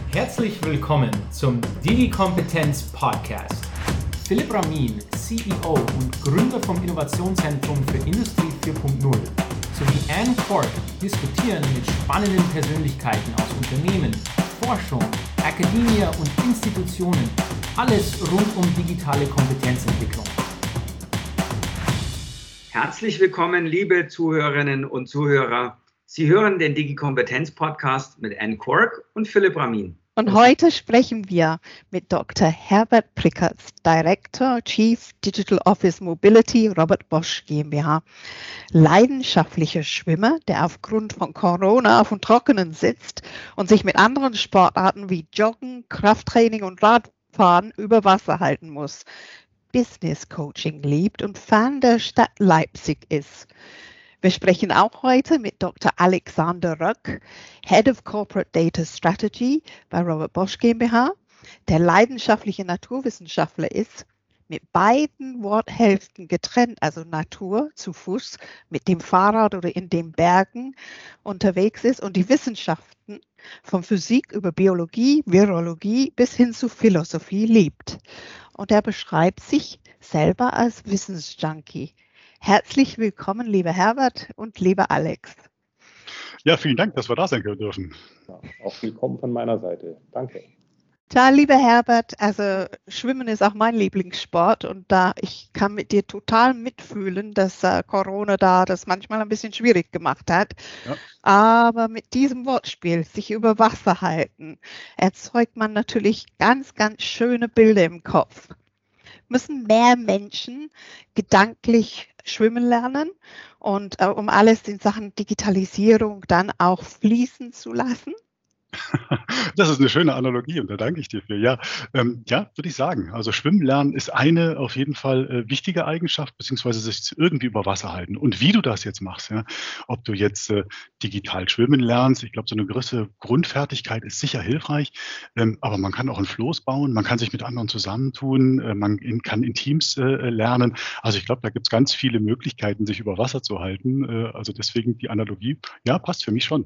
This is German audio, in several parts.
Herzlich willkommen zum Digi-Kompetenz Podcast. Philipp Ramin, CEO und Gründer vom Innovationszentrum für Industrie 4.0 sowie Anne Cork diskutieren mit spannenden Persönlichkeiten aus Unternehmen, Forschung, Akademie und Institutionen alles rund um digitale Kompetenzentwicklung. Herzlich willkommen, liebe Zuhörerinnen und Zuhörer. Sie hören den Digi-Kompetenz-Podcast mit Anne Cork und Philipp Ramin. Und heute sprechen wir mit Dr. Herbert Prickertz, Director, Chief Digital Office Mobility, Robert Bosch GmbH. Leidenschaftlicher Schwimmer, der aufgrund von Corona auf dem Trockenen sitzt und sich mit anderen Sportarten wie Joggen, Krafttraining und Radfahren über Wasser halten muss. Business Coaching liebt und Fan der Stadt Leipzig ist. Wir sprechen auch heute mit Dr. Alexander Röck, Head of Corporate Data Strategy bei Robert Bosch GmbH, der leidenschaftliche Naturwissenschaftler ist, mit beiden Worthälften getrennt, also Natur zu Fuß, mit dem Fahrrad oder in den Bergen unterwegs ist und die Wissenschaften von Physik über Biologie, Virologie bis hin zu Philosophie liebt. Und er beschreibt sich selber als Wissensjunkie. Herzlich willkommen, lieber Herbert und lieber Alex. Ja, vielen Dank, dass wir da sein dürfen. Ja, auch willkommen von meiner Seite. Danke. Tja, lieber Herbert, also Schwimmen ist auch mein Lieblingssport und ich kann mit dir total mitfühlen, dass Corona da das manchmal ein bisschen schwierig gemacht hat. Ja. Aber mit diesem Wortspiel, sich über Wasser halten, erzeugt man natürlich ganz, ganz schöne Bilder im Kopf. Müssen mehr Menschen gedanklich schwimmen lernen und um alles in Sachen Digitalisierung dann auch fließen zu lassen? Das ist eine schöne Analogie und da danke ich dir für. Ja, würde ich sagen. Also Schwimmen lernen ist eine auf jeden Fall wichtige Eigenschaft, beziehungsweise sich irgendwie über Wasser halten. Und wie du das jetzt machst, ja, ob du jetzt digital schwimmen lernst, ich glaube, so eine gewisse Grundfertigkeit ist sicher hilfreich, aber man kann auch ein Floß bauen, man kann sich mit anderen zusammentun, kann in Teams lernen. Also ich glaube, da gibt es ganz viele Möglichkeiten, sich über Wasser zu halten. Also deswegen die Analogie, ja, passt für mich schon.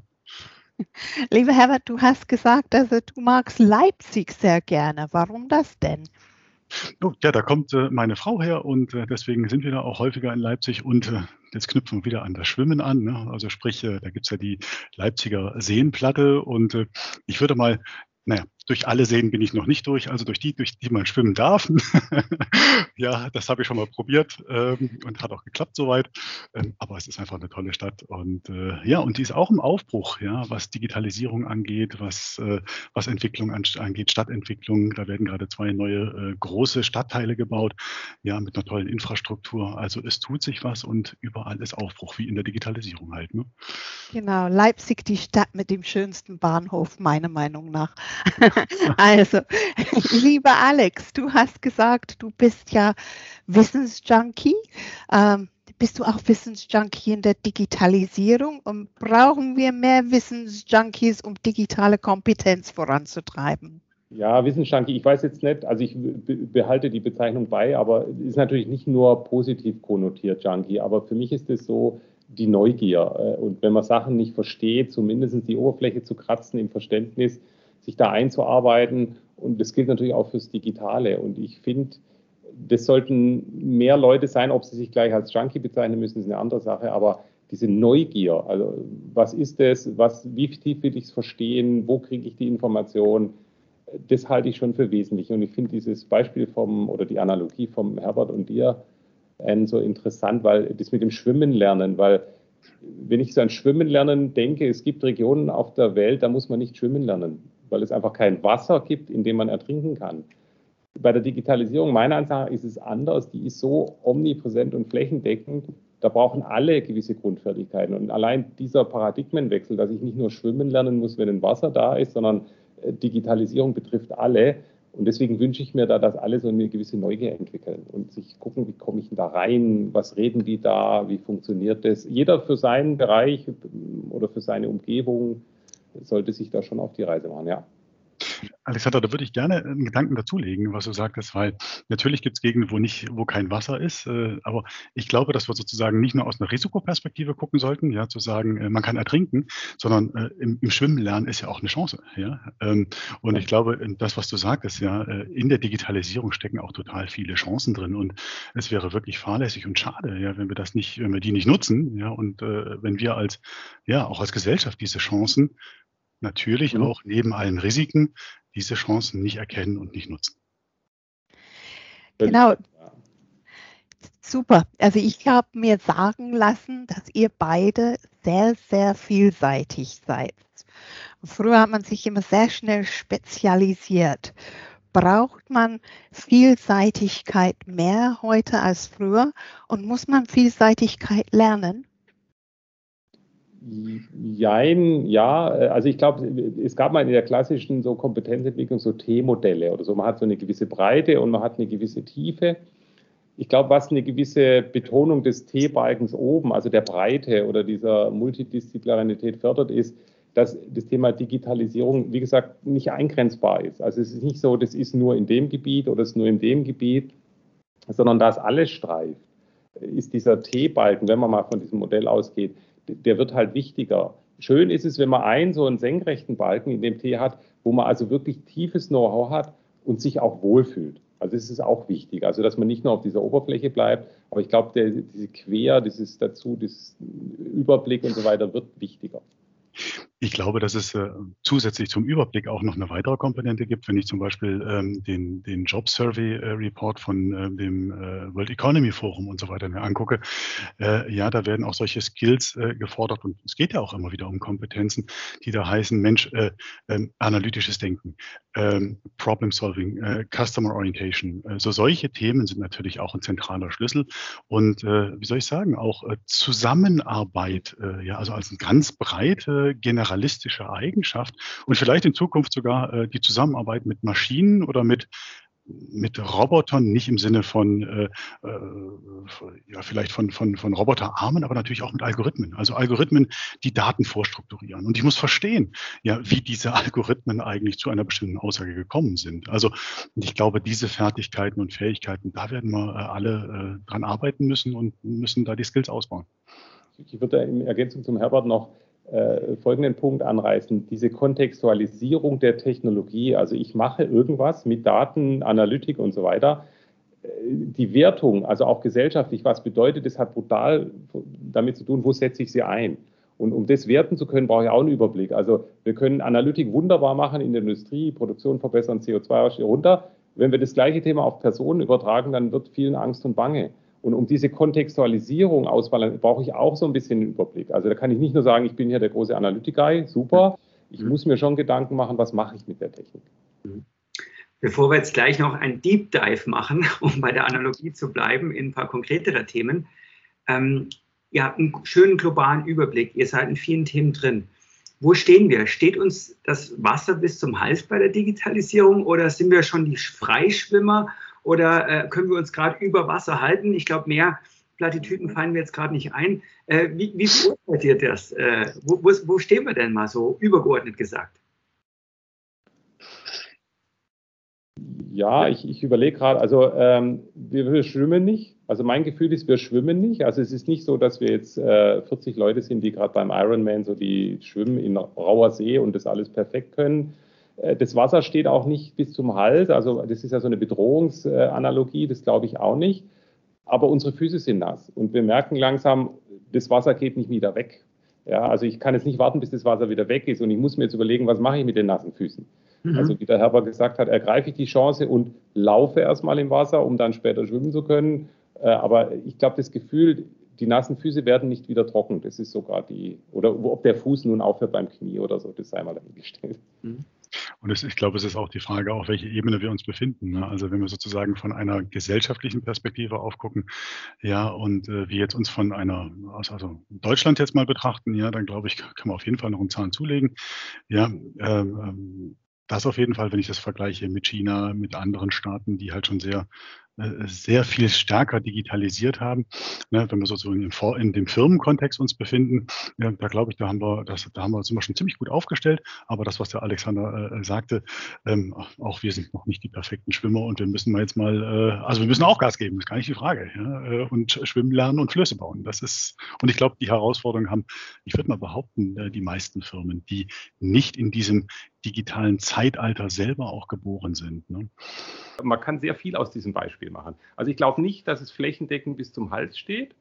Lieber Herbert, du hast gesagt, also du magst Leipzig sehr gerne. Warum das denn? Oh, ja, da kommt meine Frau her und deswegen sind wir da auch häufiger in Leipzig und jetzt knüpfen wir wieder an das Schwimmen an. Ne? Also sprich, da gibt es ja die Leipziger Seenplatte und ich würde mal, durch alle Seen bin ich noch nicht durch, also durch die man schwimmen darf. Ja, das habe ich schon mal probiert und hat auch geklappt soweit. Aber es ist einfach eine tolle Stadt und und die ist auch im Aufbruch, ja, was Digitalisierung angeht, was Entwicklung angeht, Stadtentwicklung. Da werden gerade 2 neue große Stadtteile gebaut, ja, mit einer tollen Infrastruktur. Also es tut sich was und überall ist Aufbruch, wie in der Digitalisierung halt. Ne? Genau, Leipzig, die Stadt mit dem schönsten Bahnhof, meiner Meinung nach. Also, lieber Alex, du hast gesagt, du bist ja Wissensjunkie. Bist du auch Wissensjunkie in der Digitalisierung und brauchen wir mehr Wissensjunkies, um digitale Kompetenz voranzutreiben? Ja, Wissensjunkie, ich weiß jetzt nicht, also ich behalte die Bezeichnung bei, aber es ist natürlich nicht nur positiv konnotiert Junkie, aber für mich ist es so die Neugier und wenn man Sachen nicht versteht, zumindest die Oberfläche zu kratzen im Verständnis, sich da einzuarbeiten und das gilt natürlich auch fürs Digitale und ich finde, das sollten mehr Leute sein, ob sie sich gleich als Junkie bezeichnen müssen, ist eine andere Sache, aber diese Neugier, also was ist das, wie tief will ich es verstehen, wo kriege ich die Information, das halte ich schon für wesentlich und ich finde dieses Beispiel oder die Analogie vom Herbert und dir so interessant, weil das mit dem Schwimmen lernen, weil wenn ich so an Schwimmen lernen denke, es gibt Regionen auf der Welt, da muss man nicht schwimmen lernen, weil es einfach kein Wasser gibt, in dem man ertrinken kann. Bei der Digitalisierung, meiner Ansicht nach, ist es anders. Die ist so omnipräsent und flächendeckend. Da brauchen alle gewisse Grundfertigkeiten. Und allein dieser Paradigmenwechsel, dass ich nicht nur schwimmen lernen muss, wenn ein Wasser da ist, sondern Digitalisierung betrifft alle. Und deswegen wünsche ich mir da, dass alle so eine gewisse Neugier entwickeln und sich gucken, wie komme ich denn da rein, was reden die da, wie funktioniert das. Jeder für seinen Bereich oder für seine Umgebung sollte sich da schon auf die Reise machen, ja. Alexander, da würde ich gerne einen Gedanken dazulegen, was du sagtest, weil natürlich gibt es Gegenden, wo kein Wasser ist, aber ich glaube, dass wir sozusagen nicht nur aus einer Risikoperspektive gucken sollten, ja, zu sagen, man kann ertrinken, sondern im Schwimmen lernen ist ja auch eine Chance, ja. Und ich glaube, das, was du sagtest, ja, in der Digitalisierung stecken auch total viele Chancen drin und es wäre wirklich fahrlässig und schade, ja, wenn wir die nicht nutzen, ja, und wenn wir auch als Gesellschaft diese Chancen natürlich auch neben allen Risiken diese Chancen nicht erkennen und nicht nutzen. Genau. Super. Also ich habe mir sagen lassen, dass ihr beide sehr, sehr vielseitig seid. Früher hat man sich immer sehr schnell spezialisiert. Braucht man Vielseitigkeit mehr heute als früher und muss man Vielseitigkeit lernen? Jein, ja. Also ich glaube, es gab mal in der klassischen so Kompetenzentwicklung so T-Modelle oder so. Man hat so eine gewisse Breite und man hat eine gewisse Tiefe. Ich glaube, was eine gewisse Betonung des T-Balkens oben, also der Breite oder dieser Multidisziplinarität fördert, ist, dass das Thema Digitalisierung, wie gesagt, nicht eingrenzbar ist. Also es ist nicht so, das ist nur in dem Gebiet oder es ist nur in dem Gebiet, sondern da es alles streift, ist dieser T-Balken, wenn man mal von diesem Modell ausgeht, der wird halt wichtiger. Schön ist es, wenn man so einen senkrechten Balken in dem T hat, wo man also wirklich tiefes Know-how hat und sich auch wohlfühlt. Also das ist auch wichtig, also dass man nicht nur auf dieser Oberfläche bleibt, aber ich glaube, dieses Überblick und so weiter wird wichtiger. Ich glaube, dass es zusätzlich zum Überblick auch noch eine weitere Komponente gibt, wenn ich zum Beispiel den Job Survey Report von dem World Economy Forum und so weiter mir angucke. Ja, da werden auch solche Skills gefordert und es geht ja auch immer wieder um Kompetenzen, die da heißen, Mensch, analytisches Denken, Problem Solving, Customer Orientation. So solche Themen sind natürlich auch ein zentraler Schlüssel und wie soll ich sagen, auch Zusammenarbeit, ja, also als eine ganz breite generalistische Eigenschaft und vielleicht in Zukunft sogar die Zusammenarbeit mit Maschinen oder mit Robotern, nicht im Sinne von vielleicht von Roboterarmen, aber natürlich auch mit Algorithmen. Also Algorithmen, die Daten vorstrukturieren. Und ich muss verstehen, ja, wie diese Algorithmen eigentlich zu einer bestimmten Aussage gekommen sind. Also ich glaube, diese Fertigkeiten und Fähigkeiten, da werden wir alle dran arbeiten müssen und müssen da die Skills ausbauen. Ich würde in Ergänzung zum Herbert noch folgenden Punkt anreißen, diese Kontextualisierung der Technologie, also ich mache irgendwas mit Daten, Analytik und so weiter, die Wertung, also auch gesellschaftlich, was bedeutet, das hat brutal damit zu tun, wo setze ich sie ein. Und um das werten zu können, brauche ich auch einen Überblick. Also wir können Analytik wunderbar machen in der Industrie, Produktion verbessern, CO2 runter. Wenn wir das gleiche Thema auf Personen übertragen, dann wird vielen Angst und Bange. Und um diese Kontextualisierung auszubauen, brauche ich auch so ein bisschen einen Überblick. Also da kann ich nicht nur sagen, ich bin hier der große Analytiker, super. Ich muss mir schon Gedanken machen, was mache ich mit der Technik. Bevor wir jetzt gleich noch ein Deep Dive machen, um bei der Analogie zu bleiben, in ein paar konkretere Themen. Ihr habt einen schönen globalen Überblick, ihr seid in vielen Themen drin. Wo stehen wir? Steht uns das Wasser bis zum Hals bei der Digitalisierung oder sind wir schon die Freischwimmer? Oder können wir uns gerade über Wasser halten? Ich glaube, mehr Plattitüden fallen mir jetzt gerade nicht ein. Wie beurteilt ihr das? Wo stehen wir denn mal so übergeordnet gesagt? Ja, ich überlege gerade, also wir schwimmen nicht. Also mein Gefühl ist, wir schwimmen nicht. Also es ist nicht so, dass wir jetzt 40 Leute sind, die gerade beim Ironman so die schwimmen in rauer See und das alles perfekt können. Das Wasser steht auch nicht bis zum Hals, also das ist ja so eine Bedrohungsanalogie, das glaube ich auch nicht. Aber unsere Füße sind nass und wir merken langsam, das Wasser geht nicht wieder weg. Ja, also ich kann jetzt nicht warten, bis das Wasser wieder weg ist und ich muss mir jetzt überlegen, was mache ich mit den nassen Füßen. Also wie der Herbert gesagt hat, ergreife ich die Chance und laufe erstmal im Wasser, um dann später schwimmen zu können. Aber ich glaube, das Gefühl, die nassen Füße werden nicht wieder trocken. Das ist sogar oder ob der Fuß nun aufhört beim Knie oder so, das sei mal dahingestellt. Und ich glaube, es ist auch die Frage, auf welcher Ebene wir uns befinden. Ne? Also wenn wir sozusagen von einer gesellschaftlichen Perspektive aufgucken, ja, und wir jetzt uns also Deutschland jetzt mal betrachten, ja, dann glaube ich, kann man auf jeden Fall noch einen Zahn zulegen. Ja, das auf jeden Fall, wenn ich das vergleiche mit China, mit anderen Staaten, die halt schon sehr sehr viel stärker digitalisiert haben. Ne, wenn wir sozusagen in dem Firmenkontext uns befinden, ja, da glaube ich, da haben wir uns immer schon ziemlich gut aufgestellt. Aber das, was der Alexander sagte, auch wir sind noch nicht die perfekten Schwimmer und wir müssen also wir müssen auch Gas geben, ist gar nicht die Frage. Ja, und schwimmen lernen und Flöße bauen. Und ich glaube, die Herausforderung haben, ich würde mal behaupten, die meisten Firmen, die nicht in diesem digitalen Zeitalter selber auch geboren sind. Ne? Man kann sehr viel aus diesem Beispiel machen. Also ich glaube nicht, dass es flächendeckend bis zum Hals steht,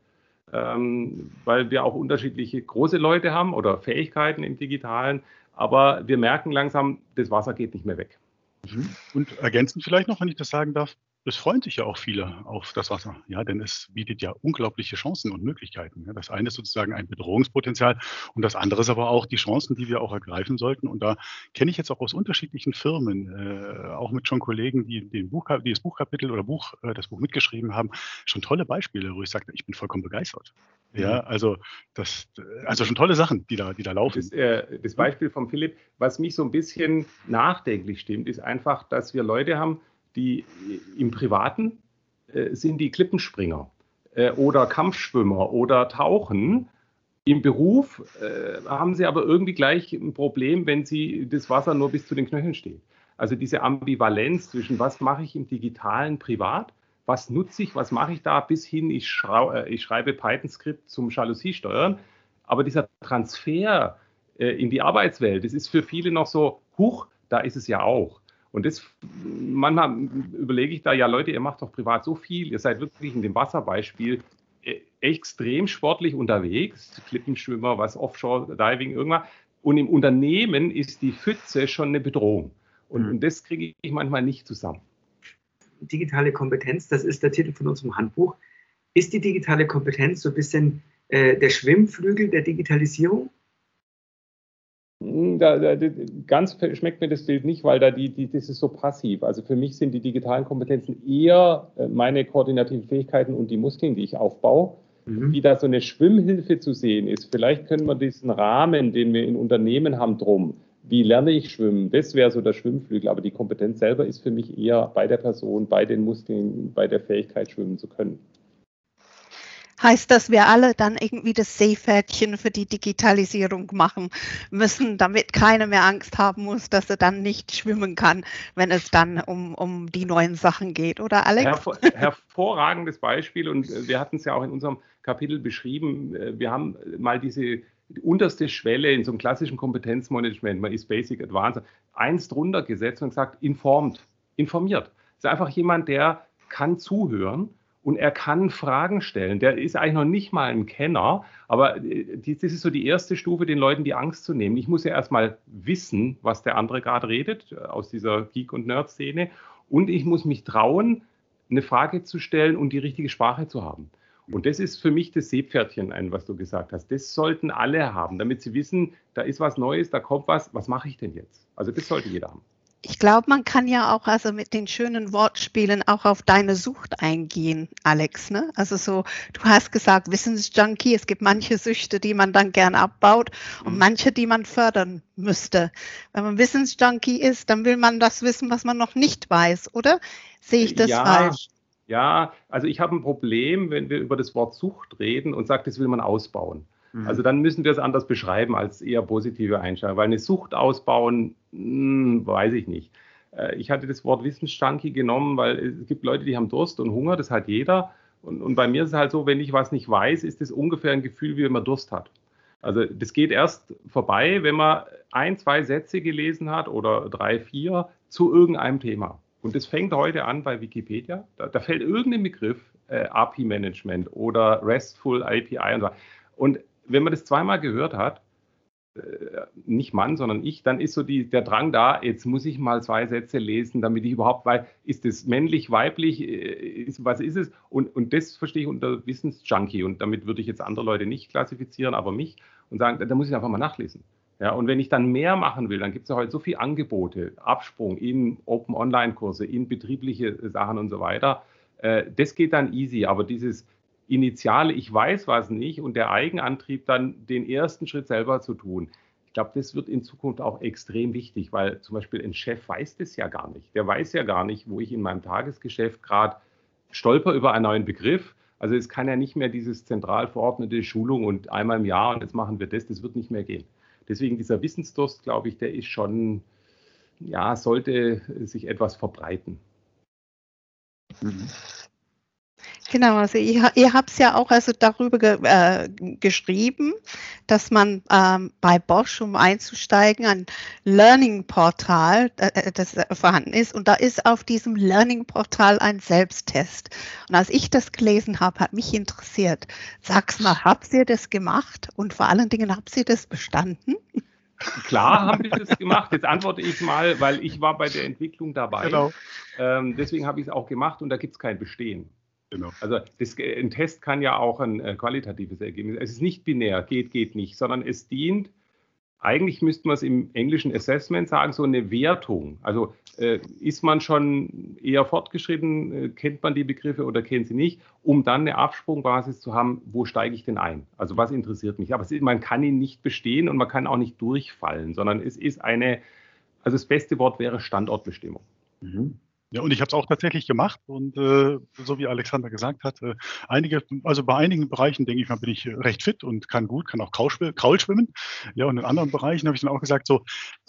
weil wir auch unterschiedliche große Leute haben oder Fähigkeiten im Digitalen. Aber wir merken langsam, das Wasser geht nicht mehr weg. Und ergänzend vielleicht noch, wenn ich das sagen darf, es freuen sich ja auch viele auf das Wasser, ja, denn es bietet ja unglaubliche Chancen und Möglichkeiten. Ja. Das eine ist sozusagen ein Bedrohungspotenzial und das andere ist aber auch die Chancen, die wir auch ergreifen sollten. Und da kenne ich jetzt auch aus unterschiedlichen Firmen, auch mit schon Kollegen, die das Buchkapitel oder das Buch mitgeschrieben haben, schon tolle Beispiele, wo ich sage, ich bin vollkommen begeistert. Ja, also schon tolle Sachen, die da laufen. Das Beispiel von Philipp, was mich so ein bisschen nachdenklich stimmt, ist einfach, dass wir Leute haben, die im Privaten sind die Klippenspringer oder Kampfschwimmer oder Tauchen. Im Beruf haben sie aber irgendwie gleich ein Problem, wenn sie das Wasser nur bis zu den Knöcheln steht. Also diese Ambivalenz zwischen was mache ich im Digitalen privat, was nutze ich, was mache ich da, bis hin, ich schreibe Python-Skript zum Jalousie-Steuern. Aber dieser Transfer in die Arbeitswelt, das ist für viele noch so, da ist es ja auch. Und manchmal überlege ich da, ja Leute, ihr macht doch privat so viel, ihr seid wirklich in dem Wasserbeispiel extrem sportlich unterwegs, Klippenschwimmer, was Offshore-Diving, irgendwas. Und im Unternehmen ist die Pfütze schon eine Bedrohung. Und das kriege ich manchmal nicht zusammen. Digitale Kompetenz, das ist der Titel von unserem Handbuch. Ist die digitale Kompetenz so ein bisschen der Schwimmflügel der Digitalisierung? Ganz schmeckt mir das Bild nicht, weil das ist so passiv. Also für mich sind die digitalen Kompetenzen eher meine koordinativen Fähigkeiten und die Muskeln, die ich aufbaue. Wie da so eine Schwimmhilfe zu sehen ist. Vielleicht können wir diesen Rahmen, den wir in Unternehmen haben, drum. Wie lerne ich schwimmen? Das wäre so der Schwimmflügel. Aber die Kompetenz selber ist für mich eher bei der Person, bei den Muskeln, bei der Fähigkeit, schwimmen zu können. Heißt, dass wir alle dann irgendwie das Seepferdchen für die Digitalisierung machen müssen, damit keiner mehr Angst haben muss, dass er dann nicht schwimmen kann, wenn es dann um die neuen Sachen geht, oder Alex? Hervorragendes Beispiel und wir hatten es ja auch in unserem Kapitel beschrieben. Wir haben mal die unterste Schwelle in so einem klassischen Kompetenzmanagement, man ist Basic, Advanced, eins drunter gesetzt und gesagt, informiert. Das ist einfach jemand, der kann zuhören. Und er kann Fragen stellen. Der ist eigentlich noch nicht mal ein Kenner, aber das ist so die erste Stufe, den Leuten die Angst zu nehmen. Ich muss ja erstmal wissen, was der andere gerade redet, aus dieser Geek- und Nerd-Szene. Und ich muss mich trauen, eine Frage zu stellen und die richtige Sprache zu haben. Und das ist für mich das Seepferdchen, was du gesagt hast. Das sollten alle haben, damit sie wissen, da ist was Neues, da kommt was mache ich denn jetzt? Also das sollte jeder haben. Ich glaube, man kann ja auch also mit den schönen Wortspielen auch auf deine Sucht eingehen, Alex. Ne? Also so, du hast gesagt, Wissensjunkie, es gibt manche Süchte, die man dann gern abbaut und manche, die man fördern müsste. Wenn man Wissensjunkie ist, dann will man das wissen, was man noch nicht weiß, oder? Sehe ich das falsch? Ja, also ich habe ein Problem, wenn wir über das Wort Sucht reden und sagt, das will man ausbauen. Also dann müssen wir es anders beschreiben als eher positive Einstellung, weil eine Sucht ausbauen, weiß ich nicht. Ich hatte das Wort Wissensjunkie genommen, weil es gibt Leute, die haben Durst und Hunger, das hat jeder. Und bei mir ist es halt so, wenn ich was nicht weiß, ist das ungefähr ein Gefühl, wie wenn man Durst hat. Also das geht erst vorbei, wenn man 1, 2 Sätze gelesen hat oder 3, 4 zu irgendeinem Thema. Und das fängt heute an bei Wikipedia. Da fällt irgendein Begriff, API-Management oder RESTful API und so. Und wenn man das zweimal gehört hat, nicht Mann, sondern ich, dann ist so der Drang da, jetzt muss ich mal 2 Sätze lesen, damit ich überhaupt weiß, ist es männlich, weiblich, was ist es? Und das verstehe ich unter Wissensjunkie und damit würde ich jetzt andere Leute nicht klassifizieren, aber mich und sagen, da muss ich einfach mal nachlesen. Ja, und wenn ich dann mehr machen will, dann gibt es ja heute so viele Angebote, Absprung in Open-Online-Kurse, in betriebliche Sachen und so weiter. Das geht dann easy, aber dieses Initiale, ich weiß was nicht und der Eigenantrieb dann den ersten Schritt selber zu tun. Ich glaube, das wird in Zukunft auch extrem wichtig, weil zum Beispiel ein Chef weiß das ja gar nicht. Der weiß ja gar nicht, wo ich in meinem Tagesgeschäft gerade stolper über einen neuen Begriff. Also es kann ja nicht mehr dieses zentral verordnete Schulung und einmal im Jahr und jetzt machen wir das wird nicht mehr gehen. Deswegen dieser Wissensdurst, glaube ich, der ist schon, ja, sollte sich etwas verbreiten. Genau, also ihr habt es ja auch also darüber geschrieben, dass man bei Bosch, um einzusteigen, ein Learning-Portal, das vorhanden ist. Und da ist auf diesem Learning-Portal ein Selbsttest. Und als ich das gelesen habe, hat mich interessiert. Sag's mal, habt ihr das gemacht? Und vor allen Dingen, habt ihr das bestanden? Klar haben wir das gemacht. Jetzt antworte ich mal, weil ich war bei der Entwicklung dabei. Genau. Deswegen habe ich es auch gemacht und da gibt es kein Bestehen. Genau. Also ein Test kann ja auch ein qualitatives Ergebnis. Es ist nicht binär, geht nicht, sondern es dient, eigentlich müsste man es im englischen Assessment sagen, so eine Wertung. Also ist man schon eher fortgeschritten, kennt man die Begriffe oder kennt sie nicht, um dann eine Absprungbasis zu haben, wo steige ich denn ein? Also was interessiert mich? Aber man kann ihn nicht bestehen und man kann auch nicht durchfallen, sondern es ist also das beste Wort wäre Standortbestimmung. Mhm. Ja, und ich habe es auch tatsächlich gemacht und so wie Alexander gesagt hat, bei einigen Bereichen, denke ich mal, bin ich recht fit und kann auch Kraul schwimmen. Ja, und in anderen Bereichen habe ich dann auch gesagt, so,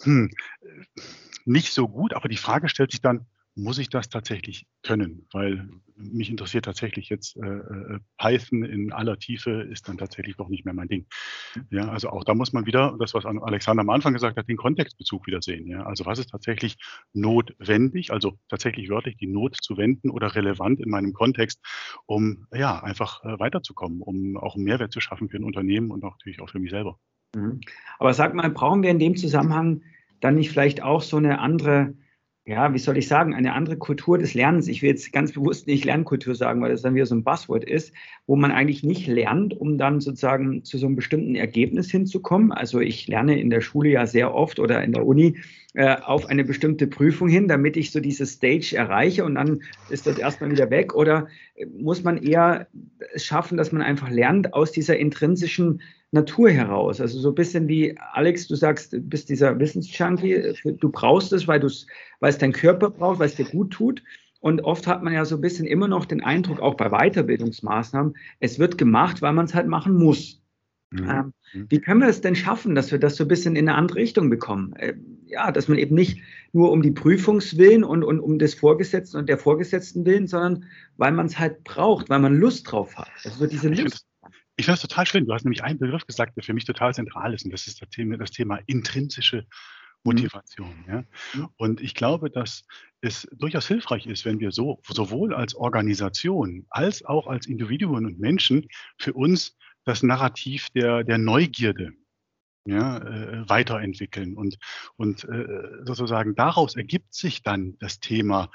nicht so gut, aber die Frage stellt sich dann, muss ich das tatsächlich können? Weil mich interessiert tatsächlich jetzt Python in aller Tiefe ist dann tatsächlich doch nicht mehr mein Ding. Ja, also auch da muss man wieder, das was Alexander am Anfang gesagt hat, den Kontextbezug wieder sehen. Ja, also was ist tatsächlich notwendig, also tatsächlich wörtlich die Not zu wenden oder relevant in meinem Kontext, um ja einfach weiterzukommen, um auch einen Mehrwert zu schaffen für ein Unternehmen und auch natürlich auch für mich selber. Aber sag mal, brauchen wir in dem Zusammenhang dann nicht vielleicht auch so eine andere, ja, wie soll ich sagen, eine andere Kultur des Lernens? Ich will jetzt ganz bewusst nicht Lernkultur sagen, weil das dann wieder so ein Buzzword ist, wo man eigentlich nicht lernt, um dann sozusagen zu so einem bestimmten Ergebnis hinzukommen. Also ich lerne in der Schule ja sehr oft oder in der Uni auf eine bestimmte Prüfung hin, damit ich so diese Stage erreiche und dann ist das erstmal wieder weg. Oder muss man eher es schaffen, dass man einfach lernt aus dieser intrinsischen Natur heraus? Also so ein bisschen wie, Alex, du sagst, du bist dieser Wissensjunkie, du brauchst es, weil es dein Körper braucht, weil es dir gut tut. Und oft hat man ja so ein bisschen immer noch den Eindruck, auch bei Weiterbildungsmaßnahmen, es wird gemacht, weil man es halt machen muss. Wie können wir es denn schaffen, dass wir das so ein bisschen in eine andere Richtung bekommen? Ja, dass man eben nicht nur um die Prüfungswillen und um des Vorgesetzten und der Vorgesetzten willen, sondern weil man es halt braucht, weil man Lust drauf hat. Also so diese Lust. Ich finde das total schön. Du hast nämlich einen Begriff gesagt, der für mich total zentral ist, und das ist das Thema intrinsische Motivation. Ja? Und ich glaube, dass es durchaus hilfreich ist, wenn wir sowohl als Organisation als auch als Individuen und Menschen für uns das Narrativ der Neugierde weiterentwickeln und sozusagen daraus ergibt sich dann das Thema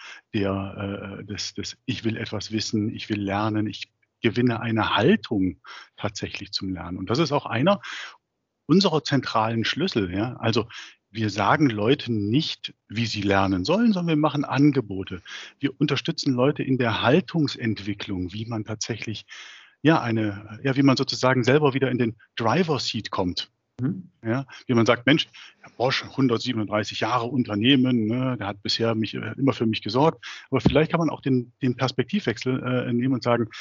des ich will etwas wissen, ich will lernen, ich gewinne eine Haltung tatsächlich zum Lernen. Und das ist auch einer unserer zentralen Schlüssel. Ja? Also wir sagen Leuten nicht, wie sie lernen sollen, sondern wir machen Angebote. Wir unterstützen Leute in der Haltungsentwicklung, wie man tatsächlich wie man sozusagen selber wieder in den Driver's Seat kommt. Ja, wie man sagt, Mensch, Herr Bosch, 137 Jahre Unternehmen, ne, der hat bisher immer für mich gesorgt. Aber vielleicht kann man auch den Perspektivwechsel nehmen und sagen,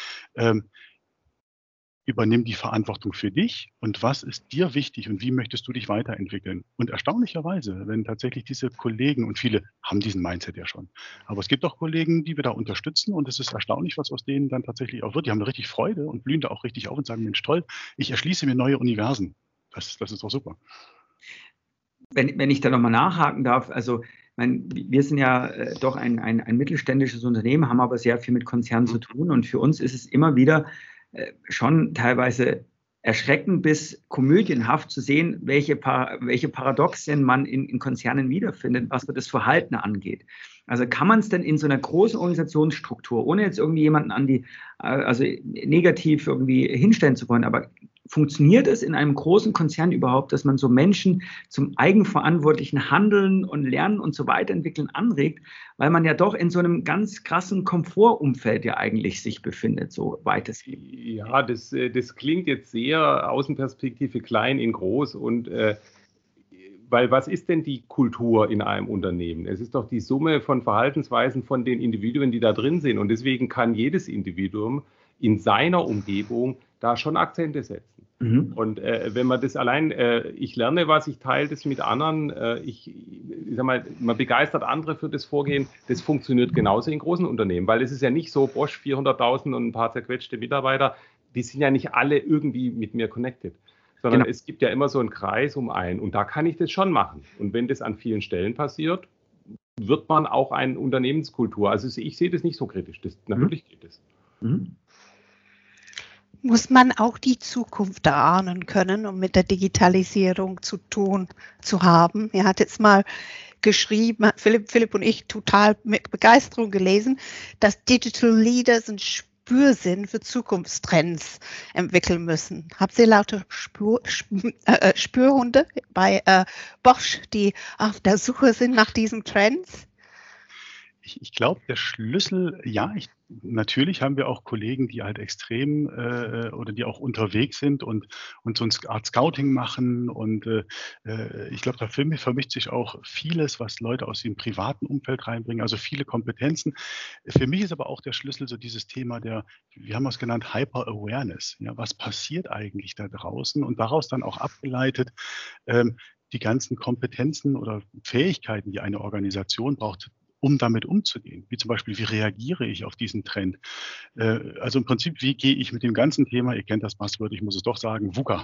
übernimm die Verantwortung für dich und was ist dir wichtig und wie möchtest du dich weiterentwickeln? Und erstaunlicherweise, wenn tatsächlich diese Kollegen, und viele haben diesen Mindset ja schon, aber es gibt auch Kollegen, die wir da unterstützen und es ist erstaunlich, was aus denen dann tatsächlich auch wird. Die haben da richtig Freude und blühen da auch richtig auf und sagen, Mensch, toll, ich erschließe mir neue Universen. Das ist doch super. Wenn ich da nochmal nachhaken darf, also wir sind ja doch ein mittelständisches Unternehmen, haben aber sehr viel mit Konzernen zu tun und für uns ist es immer wieder schon teilweise erschreckend bis komödienhaft zu sehen, welche Paradoxien man in Konzernen wiederfindet, was so das Verhalten angeht. Also kann man es denn in so einer großen Organisationsstruktur, ohne jetzt irgendwie jemanden negativ irgendwie hinstellen zu wollen, aber funktioniert es in einem großen Konzern überhaupt, dass man so Menschen zum eigenverantwortlichen Handeln und Lernen und so weiterentwickeln anregt, weil man ja doch in so einem ganz krassen Komfortumfeld ja eigentlich sich befindet, so weit es geht. Ja, das klingt jetzt sehr Außenperspektive klein in groß und Weil was ist denn die Kultur in einem Unternehmen? Es ist doch die Summe von Verhaltensweisen von den Individuen, die da drin sind. Und deswegen kann jedes Individuum in seiner Umgebung da schon Akzente setzen. Und wenn man das allein, ich lerne was, ich teile das mit anderen, ich sag mal, man begeistert andere für das Vorgehen, das funktioniert genauso in großen Unternehmen, weil es ist ja nicht so, Bosch 400.000 und ein paar zerquetschte Mitarbeiter, die sind ja nicht alle irgendwie mit mir connected, sondern es gibt ja immer so einen Kreis um einen und da kann ich das schon machen. Und wenn das an vielen Stellen passiert, wird man auch eine Unternehmenskultur, also ich sehe das nicht so kritisch, natürlich geht es. Muss man auch die Zukunft erahnen können, um mit der Digitalisierung zu tun zu haben? Er hat jetzt mal geschrieben, Philipp und ich total mit Begeisterung gelesen, dass Digital Leaders einen Spürsinn für Zukunftstrends entwickeln müssen. Habt ihr lauter Spürhunde bei Bosch, die auf der Suche sind nach diesen Trends? Ich glaube, der Schlüssel, ja, natürlich haben wir auch Kollegen, die halt extrem oder die auch unterwegs sind und so eine Art Scouting machen. Und ich glaube, da vermischt sich auch vieles, was Leute aus dem privaten Umfeld reinbringen, also viele Kompetenzen. Für mich ist aber auch der Schlüssel so dieses Thema wir haben es genannt, Hyper-Awareness. Ja, was passiert eigentlich da draußen? Und daraus dann auch abgeleitet, die ganzen Kompetenzen oder Fähigkeiten, die eine Organisation braucht, um damit umzugehen. Wie zum Beispiel, wie reagiere ich auf diesen Trend? Also im Prinzip, wie gehe ich mit dem ganzen Thema, ihr kennt das Buzzword, ich muss es doch sagen, VUCA.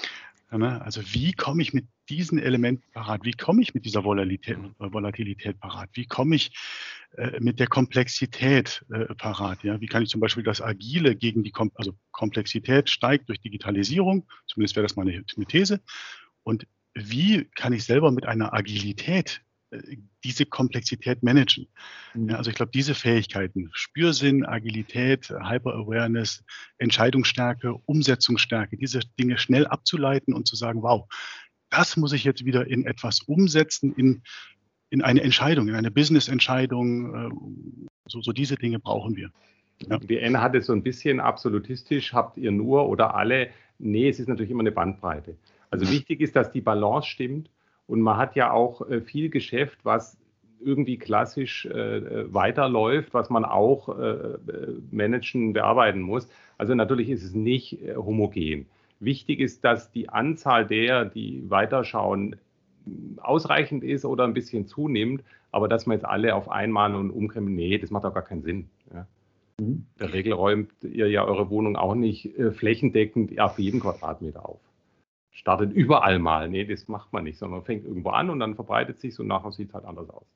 Also wie komme ich mit diesen Elementen parat? Wie komme ich mit dieser Volatilität parat? Wie komme ich mit der Komplexität parat? Ja? Wie kann ich zum Beispiel das Agile gegen die Komplexität steigt durch Digitalisierung, zumindest wäre das mal eine These. Und wie kann ich selber mit einer Agilität diese Komplexität managen? Ja, also ich glaube, diese Fähigkeiten, Spürsinn, Agilität, Hyper-Awareness, Entscheidungsstärke, Umsetzungsstärke, diese Dinge schnell abzuleiten und zu sagen, wow, das muss ich jetzt wieder in etwas umsetzen, in eine Entscheidung, in eine Business-Entscheidung. So diese Dinge brauchen wir. Ja. Die Anne hat es so ein bisschen absolutistisch, habt ihr nur oder alle? Nee, es ist natürlich immer eine Bandbreite. Also wichtig ist, dass die Balance stimmt. Und man hat ja auch viel Geschäft, was irgendwie klassisch weiterläuft, was man auch managen, bearbeiten muss. Also natürlich ist es nicht homogen. Wichtig ist, dass die Anzahl derer, die weiterschauen, ausreichend ist oder ein bisschen zunimmt, aber dass man jetzt alle auf einmal und umkrempeln, nee, das macht auch gar keinen Sinn. Ja. In der Regel räumt ihr ja eure Wohnung auch nicht flächendeckend auf jeden Quadratmeter auf. Startet überall mal. Nee, das macht man nicht, sondern man fängt irgendwo an und dann verbreitet sich und nachher sieht es halt anders aus.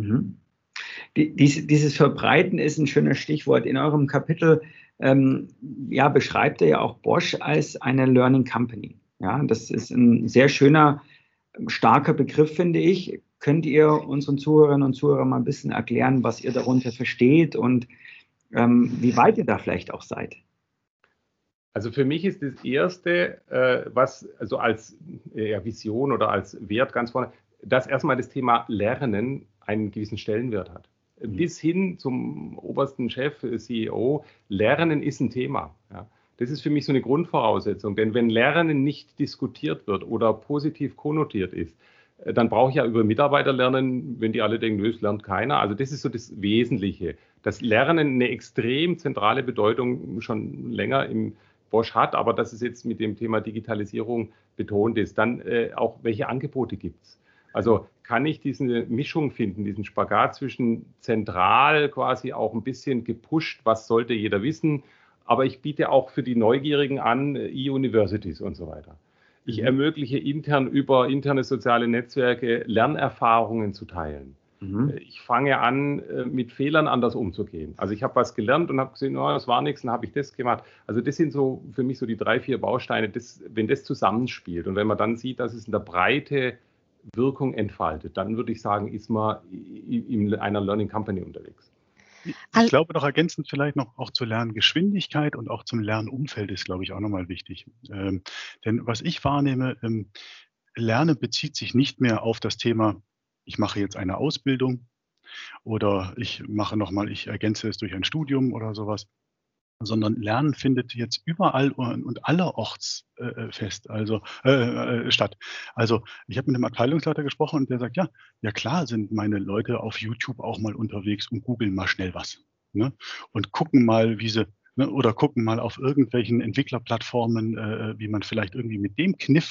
Dieses Verbreiten ist ein schönes Stichwort. In eurem Kapitel beschreibt ihr ja auch Bosch als eine Learning Company. Ja, das ist ein sehr schöner, starker Begriff, finde ich. Könnt ihr unseren Zuhörerinnen und Zuhörern mal ein bisschen erklären, was ihr darunter versteht und wie weit ihr da vielleicht auch seid? Also für mich ist das Erste, was also als Vision oder als Wert ganz vorne, dass erstmal das Thema Lernen einen gewissen Stellenwert hat. Bis hin zum obersten Chef, CEO, Lernen ist ein Thema. Ja. Das ist für mich so eine Grundvoraussetzung, denn wenn Lernen nicht diskutiert wird oder positiv konnotiert ist, dann brauche ich ja über Mitarbeiter lernen, wenn die alle denken, nö, es lernt keiner. Also das ist so das Wesentliche. Das Lernen eine extrem zentrale Bedeutung schon länger im Bosch hat, aber dass es jetzt mit dem Thema Digitalisierung betont ist. Dann auch, welche Angebote gibt es? Also kann ich diese Mischung finden, diesen Spagat zwischen zentral quasi auch ein bisschen gepusht, was sollte jeder wissen, aber ich biete auch für die Neugierigen an E-Universities und so weiter. Ich ermögliche intern über interne soziale Netzwerke Lernerfahrungen zu teilen. Ich fange an, mit Fehlern anders umzugehen. Also ich habe was gelernt und habe gesehen, oh, das war nichts, dann habe ich das gemacht. Also das sind so für mich so die 3, 4 Bausteine, wenn das zusammenspielt und wenn man dann sieht, dass es in der Breite Wirkung entfaltet, dann würde ich sagen, ist man in einer Learning Company unterwegs. Ich glaube, noch ergänzend vielleicht noch auch zur Lerngeschwindigkeit und auch zum Lernumfeld ist, glaube ich, auch nochmal wichtig. Denn was ich wahrnehme, Lernen bezieht sich nicht mehr auf das Thema, ich mache jetzt eine Ausbildung oder ich ergänze es durch ein Studium oder sowas, sondern Lernen findet jetzt überall und allerorts statt. Also ich habe mit einem Abteilungsleiter gesprochen und der sagt, ja klar sind meine Leute auf YouTube auch mal unterwegs und googeln mal schnell was, ne? Und gucken mal, wie sie, ne, oder gucken mal auf irgendwelchen Entwicklerplattformen, wie man vielleicht irgendwie mit dem Kniff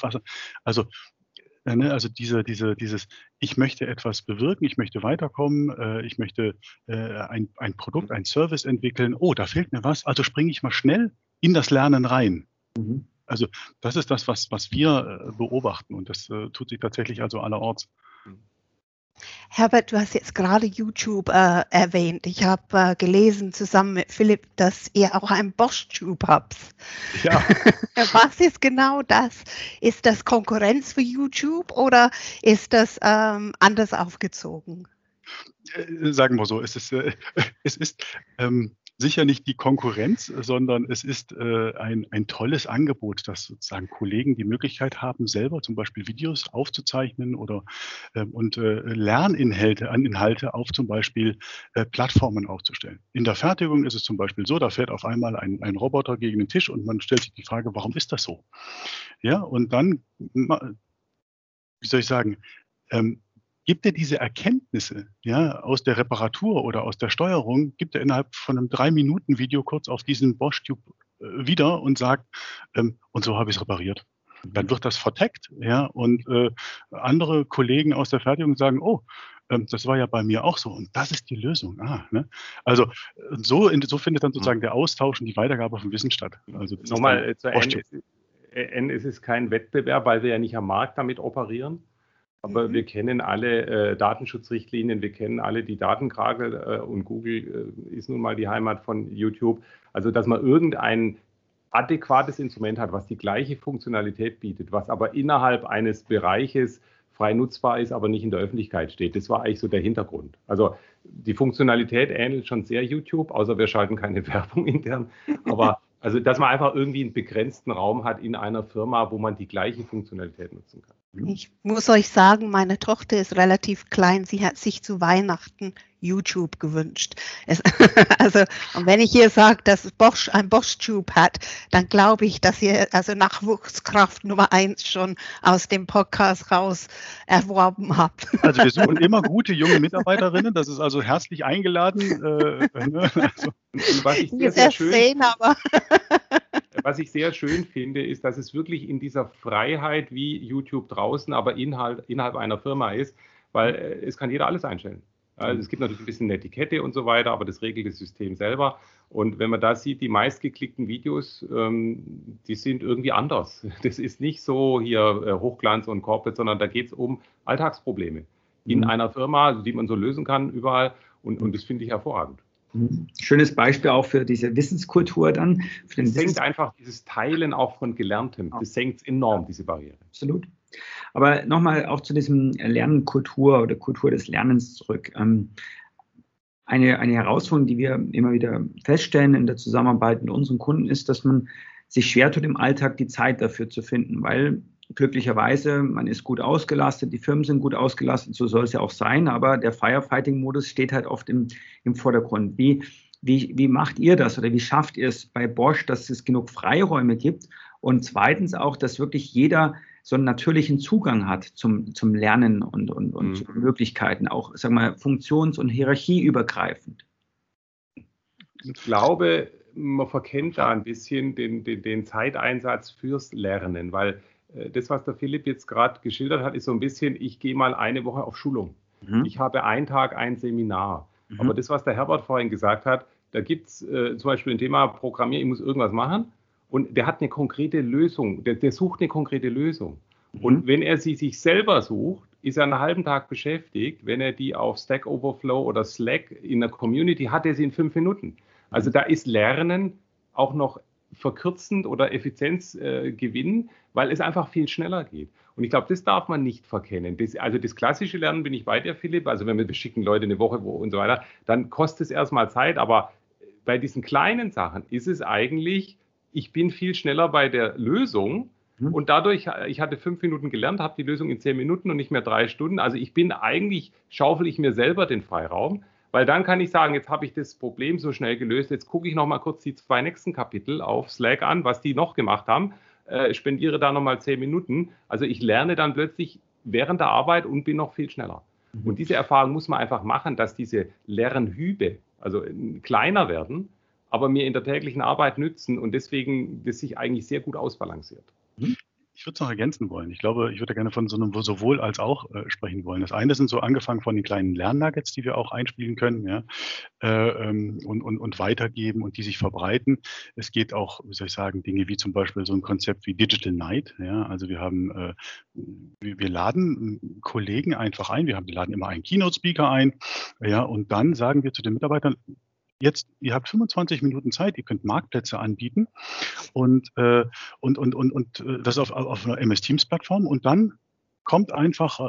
also dieses, ich möchte etwas bewirken, ich möchte weiterkommen, ich möchte ein Produkt, ein Service entwickeln. Oh, da fehlt mir was, also springe ich mal schnell in das Lernen rein. Mhm. Also das ist das, was wir beobachten und das tut sich tatsächlich also allerorts. Herbert, du hast jetzt gerade YouTube erwähnt. Ich habe gelesen zusammen mit Philipp, dass ihr auch einen BoschTube habt. Ja. Was ist genau das? Ist das Konkurrenz für YouTube oder ist das anders aufgezogen? Sagen wir so, es ist sicher nicht die Konkurrenz, sondern es ist ein tolles Angebot, dass sozusagen Kollegen die Möglichkeit haben, selber zum Beispiel Videos aufzuzeichnen oder Lerninhalte auf zum Beispiel Plattformen aufzustellen. In der Fertigung ist es zum Beispiel so, da fährt auf einmal ein Roboter gegen den Tisch und man stellt sich die Frage, warum ist das so? Ja, und dann, wie soll ich sagen, gibt er diese Erkenntnisse, ja, aus der Reparatur oder aus der Steuerung, gibt er innerhalb von einem 3-Minuten-Video kurz auf diesen BoschTube wieder und sagt, und so habe ich es repariert. Dann wird das verteckt, ja, und andere Kollegen aus der Fertigung sagen, oh, das war ja bei mir auch so und das ist die Lösung. Ne? Also so findet dann sozusagen der Austausch und die Weitergabe von Wissen statt. Also nochmal zu N, es ist kein Wettbewerb, weil wir ja nicht am Markt damit operieren. Aber wir kennen alle Datenschutzrichtlinien, wir kennen alle die Datenkrake und Google ist nun mal die Heimat von YouTube. Also dass man irgendein adäquates Instrument hat, was die gleiche Funktionalität bietet, was aber innerhalb eines Bereiches frei nutzbar ist, aber nicht in der Öffentlichkeit steht. Das war eigentlich so der Hintergrund. Also die Funktionalität ähnelt schon sehr YouTube, außer wir schalten keine Werbung intern. Aber also dass man einfach irgendwie einen begrenzten Raum hat in einer Firma, wo man die gleiche Funktionalität nutzen kann. Ich muss euch sagen, meine Tochter ist relativ klein. Sie hat sich zu Weihnachten YouTube gewünscht. Und wenn ich ihr sage, dass Bosch ein BoschTube hat, dann glaube ich, dass ihr also Nachwuchskraft Nummer 1 schon aus dem Podcast raus erworben habt. Also wir suchen immer gute junge Mitarbeiterinnen. Das ist also herzlich eingeladen. Was ich sehr schön finde, ist, dass es wirklich in dieser Freiheit wie YouTube draußen, aber innerhalb einer Firma ist, weil es kann jeder alles einstellen. Also es gibt natürlich ein bisschen eine Etikette und so weiter, aber das regelt das System selber. Und wenn man da sieht, die meistgeklickten Videos, die sind irgendwie anders. Das ist nicht so hier Hochglanz und Corporate, sondern da geht es um Alltagsprobleme in einer Firma, die man so lösen kann überall. Und das finde ich hervorragend. Schönes Beispiel auch für diese Wissenskultur dann. Das senkt einfach dieses Teilen auch von Gelerntem. Das senkt enorm, diese Barriere. Absolut. Aber nochmal auch zu diesem Lernkultur oder Kultur des Lernens zurück. Eine Herausforderung, die wir immer wieder feststellen in der Zusammenarbeit mit unseren Kunden, ist, dass man sich schwer tut, im Alltag die Zeit dafür zu finden, weil glücklicherweise man ist gut ausgelastet, die Firmen sind gut ausgelastet, so soll es ja auch sein, aber der Firefighting-Modus steht halt oft im Vordergrund. Wie macht ihr das oder wie schafft ihr es bei Bosch, dass es genug Freiräume gibt und zweitens auch, dass wirklich jeder so einen natürlichen Zugang hat zum Lernen und zu Möglichkeiten, auch sagen wir funktions- und hierarchieübergreifend? Ich glaube, man verkennt da ein bisschen den Zeiteinsatz fürs Lernen, weil das, was der Philipp jetzt gerade geschildert hat, ist so ein bisschen, ich gehe mal eine Woche auf Schulung. Ich habe einen Tag ein Seminar. Aber das, was der Herbert vorhin gesagt hat, da gibt es zum Beispiel ein Thema Programmieren, ich muss irgendwas machen und der hat eine konkrete Lösung, der sucht eine konkrete Lösung. Und wenn er sie sich selber sucht, ist er einen halben Tag beschäftigt. Wenn er die auf Stack Overflow oder Slack in der Community hat, er sie in 5 Minuten. Also da ist Lernen auch noch verkürzend oder Effizienz gewinnen, weil es einfach viel schneller geht. Und ich glaube, das darf man nicht verkennen. Also das klassische Lernen bin ich bei dir, Philipp. Also wenn wir schicken Leute eine Woche und so weiter, dann kostet es erstmal Zeit. Aber bei diesen kleinen Sachen ist es eigentlich, ich bin viel schneller bei der Lösung. Und dadurch, ich hatte 5 Minuten gelernt, habe die Lösung in 10 Minuten und nicht mehr 3 Stunden. Also schaufel ich mir selber den Freiraum, Weil dann kann ich sagen, jetzt habe ich das Problem so schnell gelöst, jetzt gucke ich noch mal kurz die 2 nächsten Kapitel auf Slack an, was die noch gemacht haben, spendiere da noch mal 10 Minuten. Also ich lerne dann plötzlich während der Arbeit und bin noch viel schneller. Und diese Erfahrung muss man einfach machen, dass diese Lernhübe, also kleiner werden, aber mir in der täglichen Arbeit nützen und deswegen das sich eigentlich sehr gut ausbalanciert. Ich würde es noch ergänzen wollen. Ich glaube, ich würde gerne von so einem sowohl als auch sprechen wollen. Das eine sind so angefangen von den kleinen Lernnuggets, die wir auch einspielen können, ja, und weitergeben und die sich verbreiten. Es geht auch, wie soll ich sagen, Dinge wie zum Beispiel so ein Konzept wie Digital Night. Ja, also wir haben, wir laden Kollegen einfach ein. Wir laden immer einen Keynote-Speaker ein, ja, und dann sagen wir zu den Mitarbeitern: Jetzt, ihr habt 25 Minuten Zeit, ihr könnt Marktplätze anbieten und das auf einer MS Teams Plattform und dann kommt einfach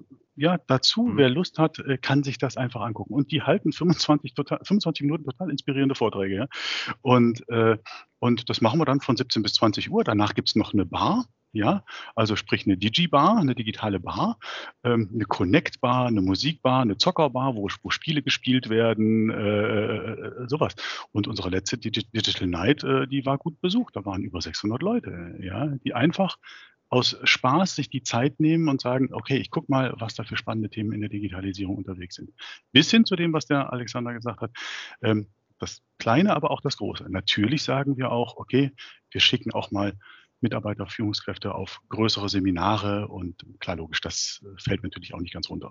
dazu, wer Lust hat, kann sich das einfach angucken. Und die halten 25 Minuten total inspirierende Vorträge. Ja? Und das machen wir dann von 17 bis 20 Uhr. Danach gibt es noch eine Bar. Ja, also sprich eine Digi-Bar, eine digitale Bar, eine Connect-Bar, eine Musikbar, eine Zockerbar, wo Spiele gespielt werden, sowas. Und unsere letzte Digital Night, die war gut besucht. Da waren über 600 Leute, ja, die einfach aus Spaß sich die Zeit nehmen und sagen, okay, ich gucke mal, was da für spannende Themen in der Digitalisierung unterwegs sind. Bis hin zu dem, was der Alexander gesagt hat, das Kleine, aber auch das Große. Natürlich sagen wir auch, okay, wir schicken auch mal Mitarbeiter, Führungskräfte auf größere Seminare und klar, logisch, das fällt natürlich auch nicht ganz runter.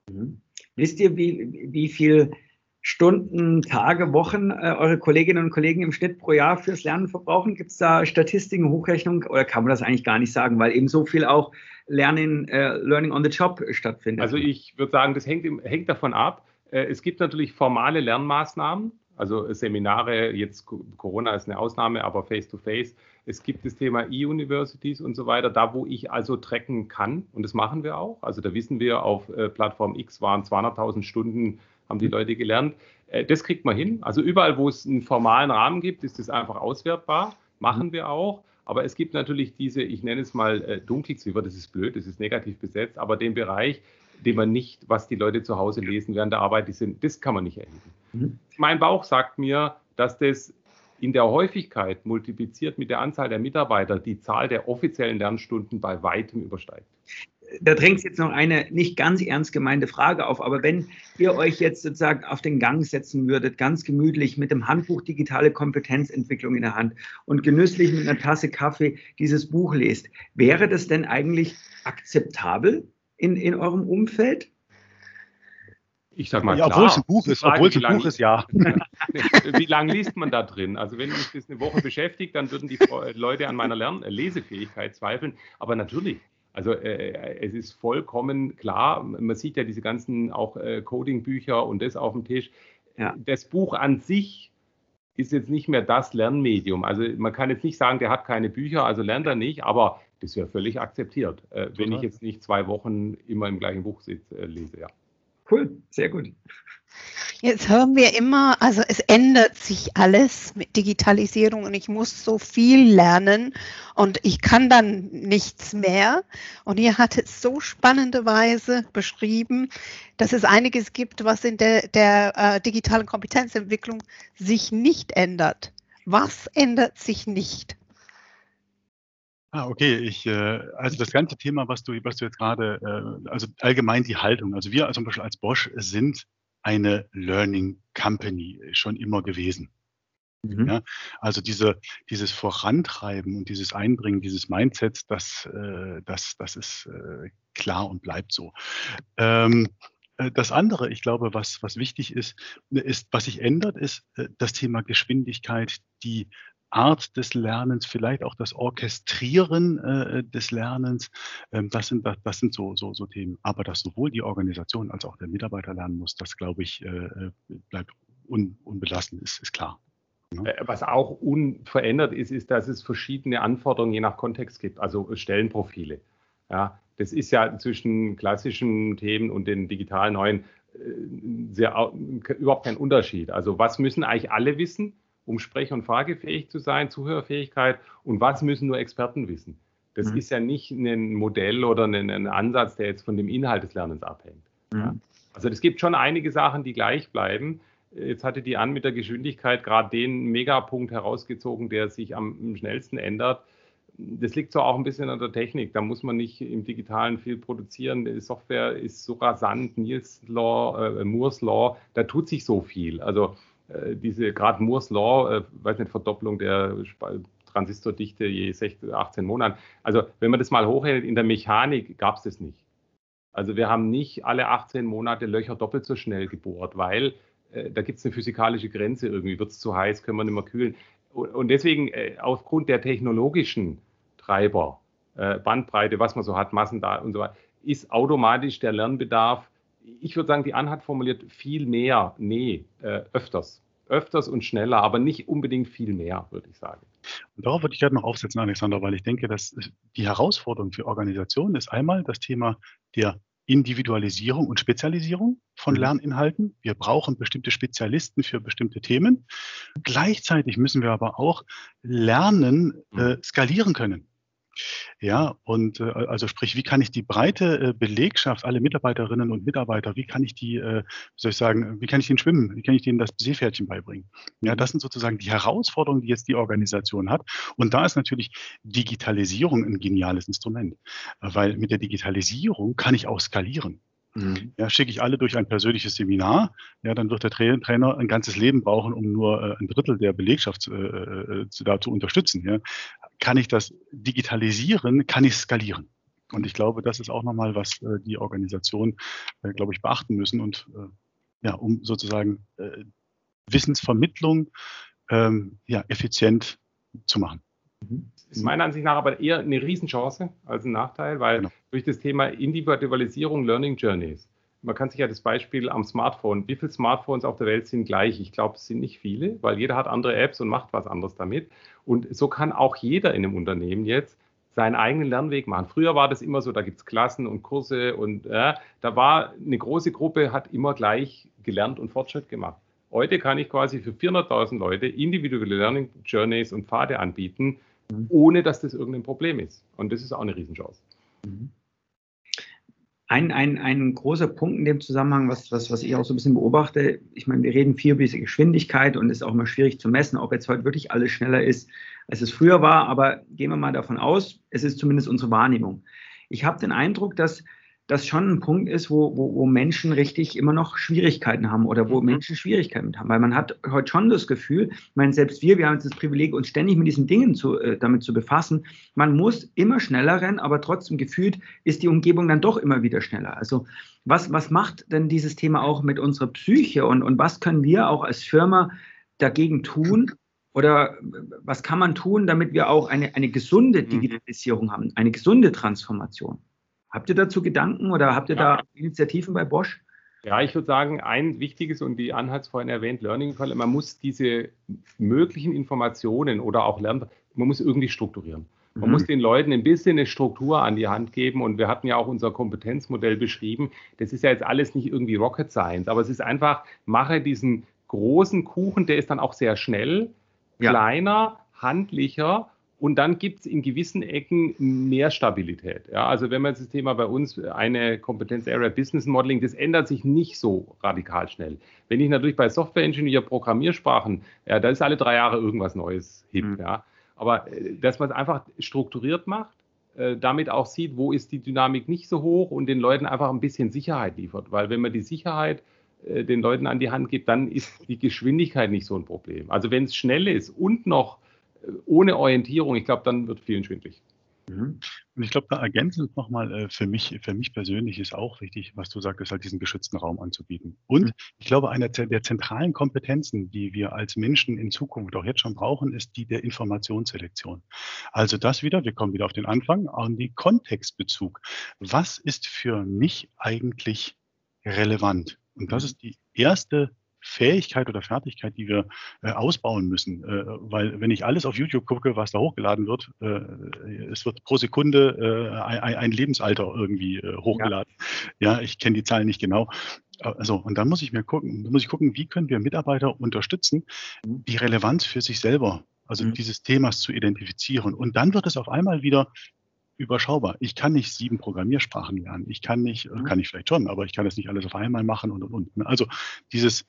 Wisst ihr, wie viel Stunden, Tage, Wochen eure Kolleginnen und Kollegen im Schnitt pro Jahr fürs Lernen verbrauchen? Gibt es da Statistiken, Hochrechnung oder kann man das eigentlich gar nicht sagen, weil eben so viel auch Learning on the Job stattfindet? Also ich würde sagen, das hängt davon ab. Es gibt natürlich formale Lernmaßnahmen, also Seminare, jetzt Corona ist eine Ausnahme, aber Face-to-Face. Es gibt das Thema E-Universities und so weiter, da wo ich also tracken kann und das machen wir auch. Also da wissen wir, auf Plattform X waren 200.000 Stunden, haben die Leute gelernt. Das kriegt man hin. Also überall, wo es einen formalen Rahmen gibt, ist das einfach auswertbar, machen wir auch. Aber es gibt natürlich diese, ich nenne es mal Dunkelziffer, das ist blöd, das ist negativ besetzt, aber den Bereich, den man nicht, was die Leute zu Hause lesen während der Arbeit, das kann man nicht erheben. Mein Bauch sagt mir, dass das in der Häufigkeit multipliziert mit der Anzahl der Mitarbeiter die Zahl der offiziellen Lernstunden bei weitem übersteigt. Da drängt jetzt noch eine nicht ganz ernst gemeinte Frage auf, aber wenn ihr euch jetzt sozusagen auf den Gang setzen würdet, ganz gemütlich mit dem Handbuch Digitale Kompetenzentwicklung in der Hand und genüsslich mit einer Tasse Kaffee dieses Buch lest, wäre das denn eigentlich akzeptabel in eurem Umfeld? Ich sag mal, ja, obwohl es ein Buch ist, ja. Wie lange liest man da drin? Also wenn mich das eine Woche beschäftigt, dann würden die Leute an meiner Lesefähigkeit zweifeln. Aber natürlich, also es ist vollkommen klar, man sieht ja diese ganzen auch Coding-Bücher und das auf dem Tisch. Ja. Das Buch an sich ist jetzt nicht mehr das Lernmedium. Also man kann jetzt nicht sagen, der hat keine Bücher, also lernt er nicht, aber das wäre völlig akzeptiert, wenn ich jetzt nicht 2 Wochen immer im gleichen Buch lese, ja. Cool, sehr gut. Jetzt hören wir immer, also es ändert sich alles mit Digitalisierung und ich muss so viel lernen und ich kann dann nichts mehr. Und ihr hattet so spannenderweise beschrieben, dass es einiges gibt, was in der digitalen Kompetenzentwicklung sich nicht ändert. Was ändert sich nicht? Okay, also das ganze Thema, was du jetzt gerade, also allgemein die Haltung, also wir zum Beispiel als Bosch sind eine Learning Company schon immer gewesen. Ja, also dieses Vorantreiben und dieses Einbringen dieses Mindsets, das ist klar und bleibt so. Das andere, ich glaube, was wichtig ist, was sich ändert, ist das Thema Geschwindigkeit, die Art des Lernens, vielleicht auch das Orchestrieren des Lernens, das sind so Themen. Aber dass sowohl die Organisation als auch der Mitarbeiter lernen muss, das glaube ich, bleibt unbelassen, ist klar. Ja. Was auch unverändert ist, dass es verschiedene Anforderungen je nach Kontext gibt, also Stellenprofile. Ja, das ist ja zwischen klassischen Themen und den digitalen neuen überhaupt kein Unterschied. Also was müssen eigentlich alle wissen, um sprech- und fragefähig zu sein, Zuhörfähigkeit, und was müssen nur Experten wissen? Das ist ja nicht ein Modell oder ein Ansatz, der jetzt von dem Inhalt des Lernens abhängt. Ja. Also es gibt schon einige Sachen, die gleich bleiben. Jetzt hatte die Ann mit der Geschwindigkeit gerade den Megapunkt herausgezogen, der sich am schnellsten ändert. Das liegt so auch ein bisschen an der Technik. Da muss man nicht im Digitalen viel produzieren. Die Software ist so rasant, Moore's Law, da tut sich so viel. Also diese gerade Moore's Law, weiß nicht, Verdopplung der Transistordichte je 16, 18 Monaten. Also wenn man das mal hochhält, in der Mechanik gab es das nicht. Also wir haben nicht alle 18 Monate Löcher doppelt so schnell gebohrt, weil da gibt es eine physikalische Grenze irgendwie. Wird es zu heiß, können wir nicht mehr kühlen. Und deswegen aufgrund der technologischen Treiber, Bandbreite, was man so hat, Massendaten und so weiter, ist automatisch der Lernbedarf, ich würde sagen, die Ann hat formuliert viel mehr, öfters. Öfters und schneller, aber nicht unbedingt viel mehr, würde ich sagen. Und darauf würde ich gerne noch aufsetzen, Alexander, weil ich denke, dass die Herausforderung für Organisationen ist einmal das Thema der Individualisierung und Spezialisierung von Lerninhalten. Wir brauchen bestimmte Spezialisten für bestimmte Themen. Gleichzeitig müssen wir aber auch lernen, skalieren können. Ja, und also sprich, wie kann ich die breite Belegschaft, alle Mitarbeiterinnen und Mitarbeiter, wie kann ich die, wie kann ich denen schwimmen, wie kann ich denen das Seepferdchen beibringen? Ja, das sind sozusagen die Herausforderungen, die jetzt die Organisation hat. Und da ist natürlich Digitalisierung ein geniales Instrument, weil mit der Digitalisierung kann ich auch skalieren. Ja, schicke ich alle durch ein persönliches Seminar, ja, dann wird der Trainer ein ganzes Leben brauchen, um nur ein Drittel der Belegschaft da zu unterstützen. Ja. Kann ich das digitalisieren, kann ich skalieren. Und ich glaube, das ist auch nochmal, was die Organisationen, glaube ich, beachten müssen und um sozusagen Wissensvermittlung effizient zu machen. Das ist meiner Ansicht nach aber eher eine Riesenchance als ein Nachteil, weil durch das Thema Individualisierung Learning Journeys, man kann sich ja das Beispiel am Smartphone, wie viele Smartphones auf der Welt sind gleich? Ich glaube, es sind nicht viele, weil jeder hat andere Apps und macht was anderes damit. Und so kann auch jeder in einem Unternehmen jetzt seinen eigenen Lernweg machen. Früher war das immer so, da gibt es Klassen und Kurse und da war eine große Gruppe, hat immer gleich gelernt und Fortschritt gemacht. Heute kann ich quasi für 400.000 Leute individuelle Learning Journeys und Pfade anbieten, ohne dass das irgendein Problem ist. Und das ist auch eine Riesenchance. Ein großer Punkt in dem Zusammenhang, was ich auch so ein bisschen beobachte, ich meine, wir reden viel über diese Geschwindigkeit und es ist auch immer schwierig zu messen, ob jetzt heute wirklich alles schneller ist, als es früher war, aber gehen wir mal davon aus, es ist zumindest unsere Wahrnehmung. Ich habe den Eindruck, dass das schon ein Punkt ist, wo Menschen richtig immer noch Schwierigkeiten haben oder wo Menschen Schwierigkeiten mit haben. Weil man hat heute schon das Gefühl, ich meine, selbst wir haben jetzt das Privileg, uns ständig mit diesen Dingen damit zu befassen. Man muss immer schneller rennen, aber trotzdem gefühlt ist die Umgebung dann doch immer wieder schneller. Also was macht denn dieses Thema auch mit unserer Psyche und was können wir auch als Firma dagegen tun? Oder was kann man tun, damit wir auch eine gesunde Digitalisierung haben, eine gesunde Transformation? Habt ihr dazu Gedanken oder habt ihr da Initiativen bei Bosch? Ja, ich würde sagen, ein wichtiges, und die Ann hat es vorhin erwähnt, Learning, man muss diese möglichen Informationen oder auch Lernen, man muss irgendwie strukturieren. Man muss den Leuten ein bisschen eine Struktur an die Hand geben und wir hatten ja auch unser Kompetenzmodell beschrieben. Das ist ja jetzt alles nicht irgendwie Rocket Science, aber es ist einfach, mache diesen großen Kuchen, der ist dann auch sehr schnell, kleiner, handlicher. Und dann gibt es in gewissen Ecken mehr Stabilität. Ja, also wenn man jetzt das Thema bei uns, eine Kompetenz-Area Business Modeling, das ändert sich nicht so radikal schnell. Wenn ich natürlich bei Software-Engineer, Programmiersprachen, da ist alle 3 Jahre irgendwas Neues hip. Ja. Aber dass man es einfach strukturiert macht, damit auch sieht, wo ist die Dynamik nicht so hoch und den Leuten einfach ein bisschen Sicherheit liefert. Weil wenn man die Sicherheit den Leuten an die Hand gibt, dann ist die Geschwindigkeit nicht so ein Problem. Also wenn es schnell ist und noch ohne Orientierung, ich glaube, dann wird vielen schwindelig. Und ich glaube, da ergänzend nochmal für mich persönlich ist auch wichtig, was du sagtest, halt diesen geschützten Raum anzubieten. Und ich glaube, eine der zentralen Kompetenzen, die wir als Menschen in Zukunft auch jetzt schon brauchen, ist die der Informationsselektion. Also das wieder, wir kommen wieder auf den Anfang, an die Kontextbezug. Was ist für mich eigentlich relevant? Und das ist die erste Fähigkeit oder Fertigkeit, die wir ausbauen müssen. Weil wenn ich alles auf YouTube gucke, was da hochgeladen wird, es wird pro Sekunde ein Lebensalter irgendwie hochgeladen. Ja, ich kenne die Zahlen nicht genau. Also, und dann muss ich gucken, wie können wir Mitarbeiter unterstützen, die Relevanz für sich selber, also dieses Themas zu identifizieren. Und dann wird es auf einmal wieder überschaubar. Ich kann nicht 7 Programmiersprachen lernen. Ich kann nicht, kann ich vielleicht schon, aber ich kann das nicht alles auf einmal machen und. Also dieses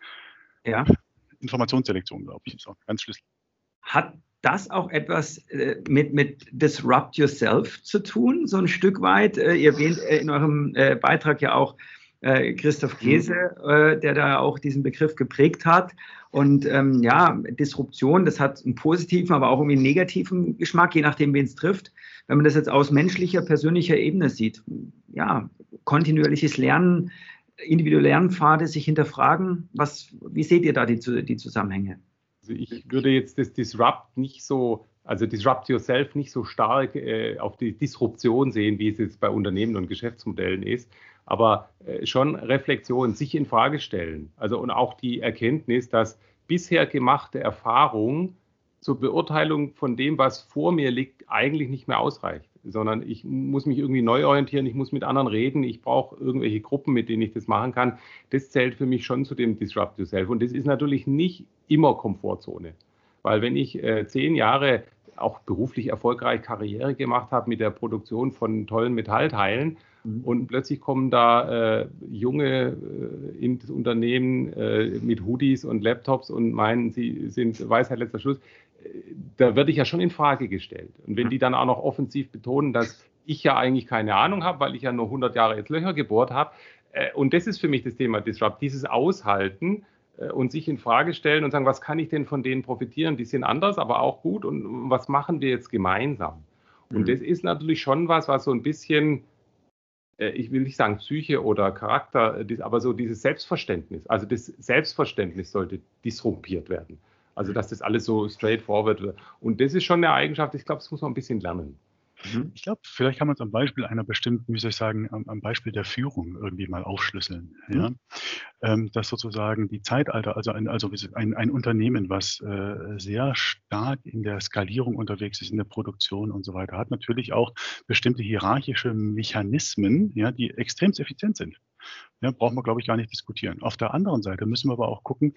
Informationsselektion, glaube ich, ist auch ganz schlüssig. Hat das auch etwas mit Disrupt Yourself zu tun, so ein Stück weit? Ihr erwähnt in eurem Beitrag ja auch Christoph Käse, der da auch diesen Begriff geprägt hat. Und Disruption, das hat einen positiven, aber auch irgendwie einen negativen Geschmack, je nachdem, wen es trifft. Wenn man das jetzt aus menschlicher, persönlicher Ebene sieht, kontinuierliches Lernen, individuelle Lernpfade, sich hinterfragen, wie seht ihr da die Zusammenhänge? Also ich würde jetzt das Disrupt Yourself nicht so stark auf die Disruption sehen, wie es jetzt bei Unternehmen und Geschäftsmodellen ist, aber schon Reflexion, sich in Frage stellen. Also und auch die Erkenntnis, dass bisher gemachte Erfahrung zur Beurteilung von dem, was vor mir liegt, eigentlich nicht mehr ausreicht, sondern ich muss mich irgendwie neu orientieren, ich muss mit anderen reden, ich brauche irgendwelche Gruppen, mit denen ich das machen kann. Das zählt für mich schon zu dem Disrupt Yourself. Und das ist natürlich nicht immer Komfortzone, weil wenn ich 10 Jahre auch beruflich erfolgreich Karriere gemacht habe mit der Produktion von tollen Metallteilen und plötzlich kommen da Junge in das Unternehmen mit Hoodies und Laptops und meinen, sie sind Weisheit letzter Schluss, da werde ich ja schon in Frage gestellt. Und wenn die dann auch noch offensiv betonen, dass ich ja eigentlich keine Ahnung habe, weil ich ja nur 100 Jahre jetzt Löcher gebohrt habe, und das ist für mich das Thema Disrupt, dieses Aushalten und sich in Frage stellen und sagen, was kann ich denn von denen profitieren? Die sind anders, aber auch gut und was machen wir jetzt gemeinsam? Und das ist natürlich schon was so ein bisschen, ich will nicht sagen Psyche oder Charakter, aber so dieses Selbstverständnis. Also das Selbstverständnis sollte disruptiert werden. Also dass das alles so straightforward wird. Und das ist schon eine Eigenschaft, ich glaube, das muss man ein bisschen lernen. Ich glaube, vielleicht kann man es am Beispiel einer bestimmten, am Beispiel der Führung irgendwie mal aufschlüsseln. Ja? Dass sozusagen die Zeitalter, also ein Unternehmen, was sehr stark in der Skalierung unterwegs ist, in der Produktion und so weiter, hat natürlich auch bestimmte hierarchische Mechanismen, ja, die extrem effizient sind. Ja, brauchen wir, glaube ich, gar nicht diskutieren. Auf der anderen Seite müssen wir aber auch gucken,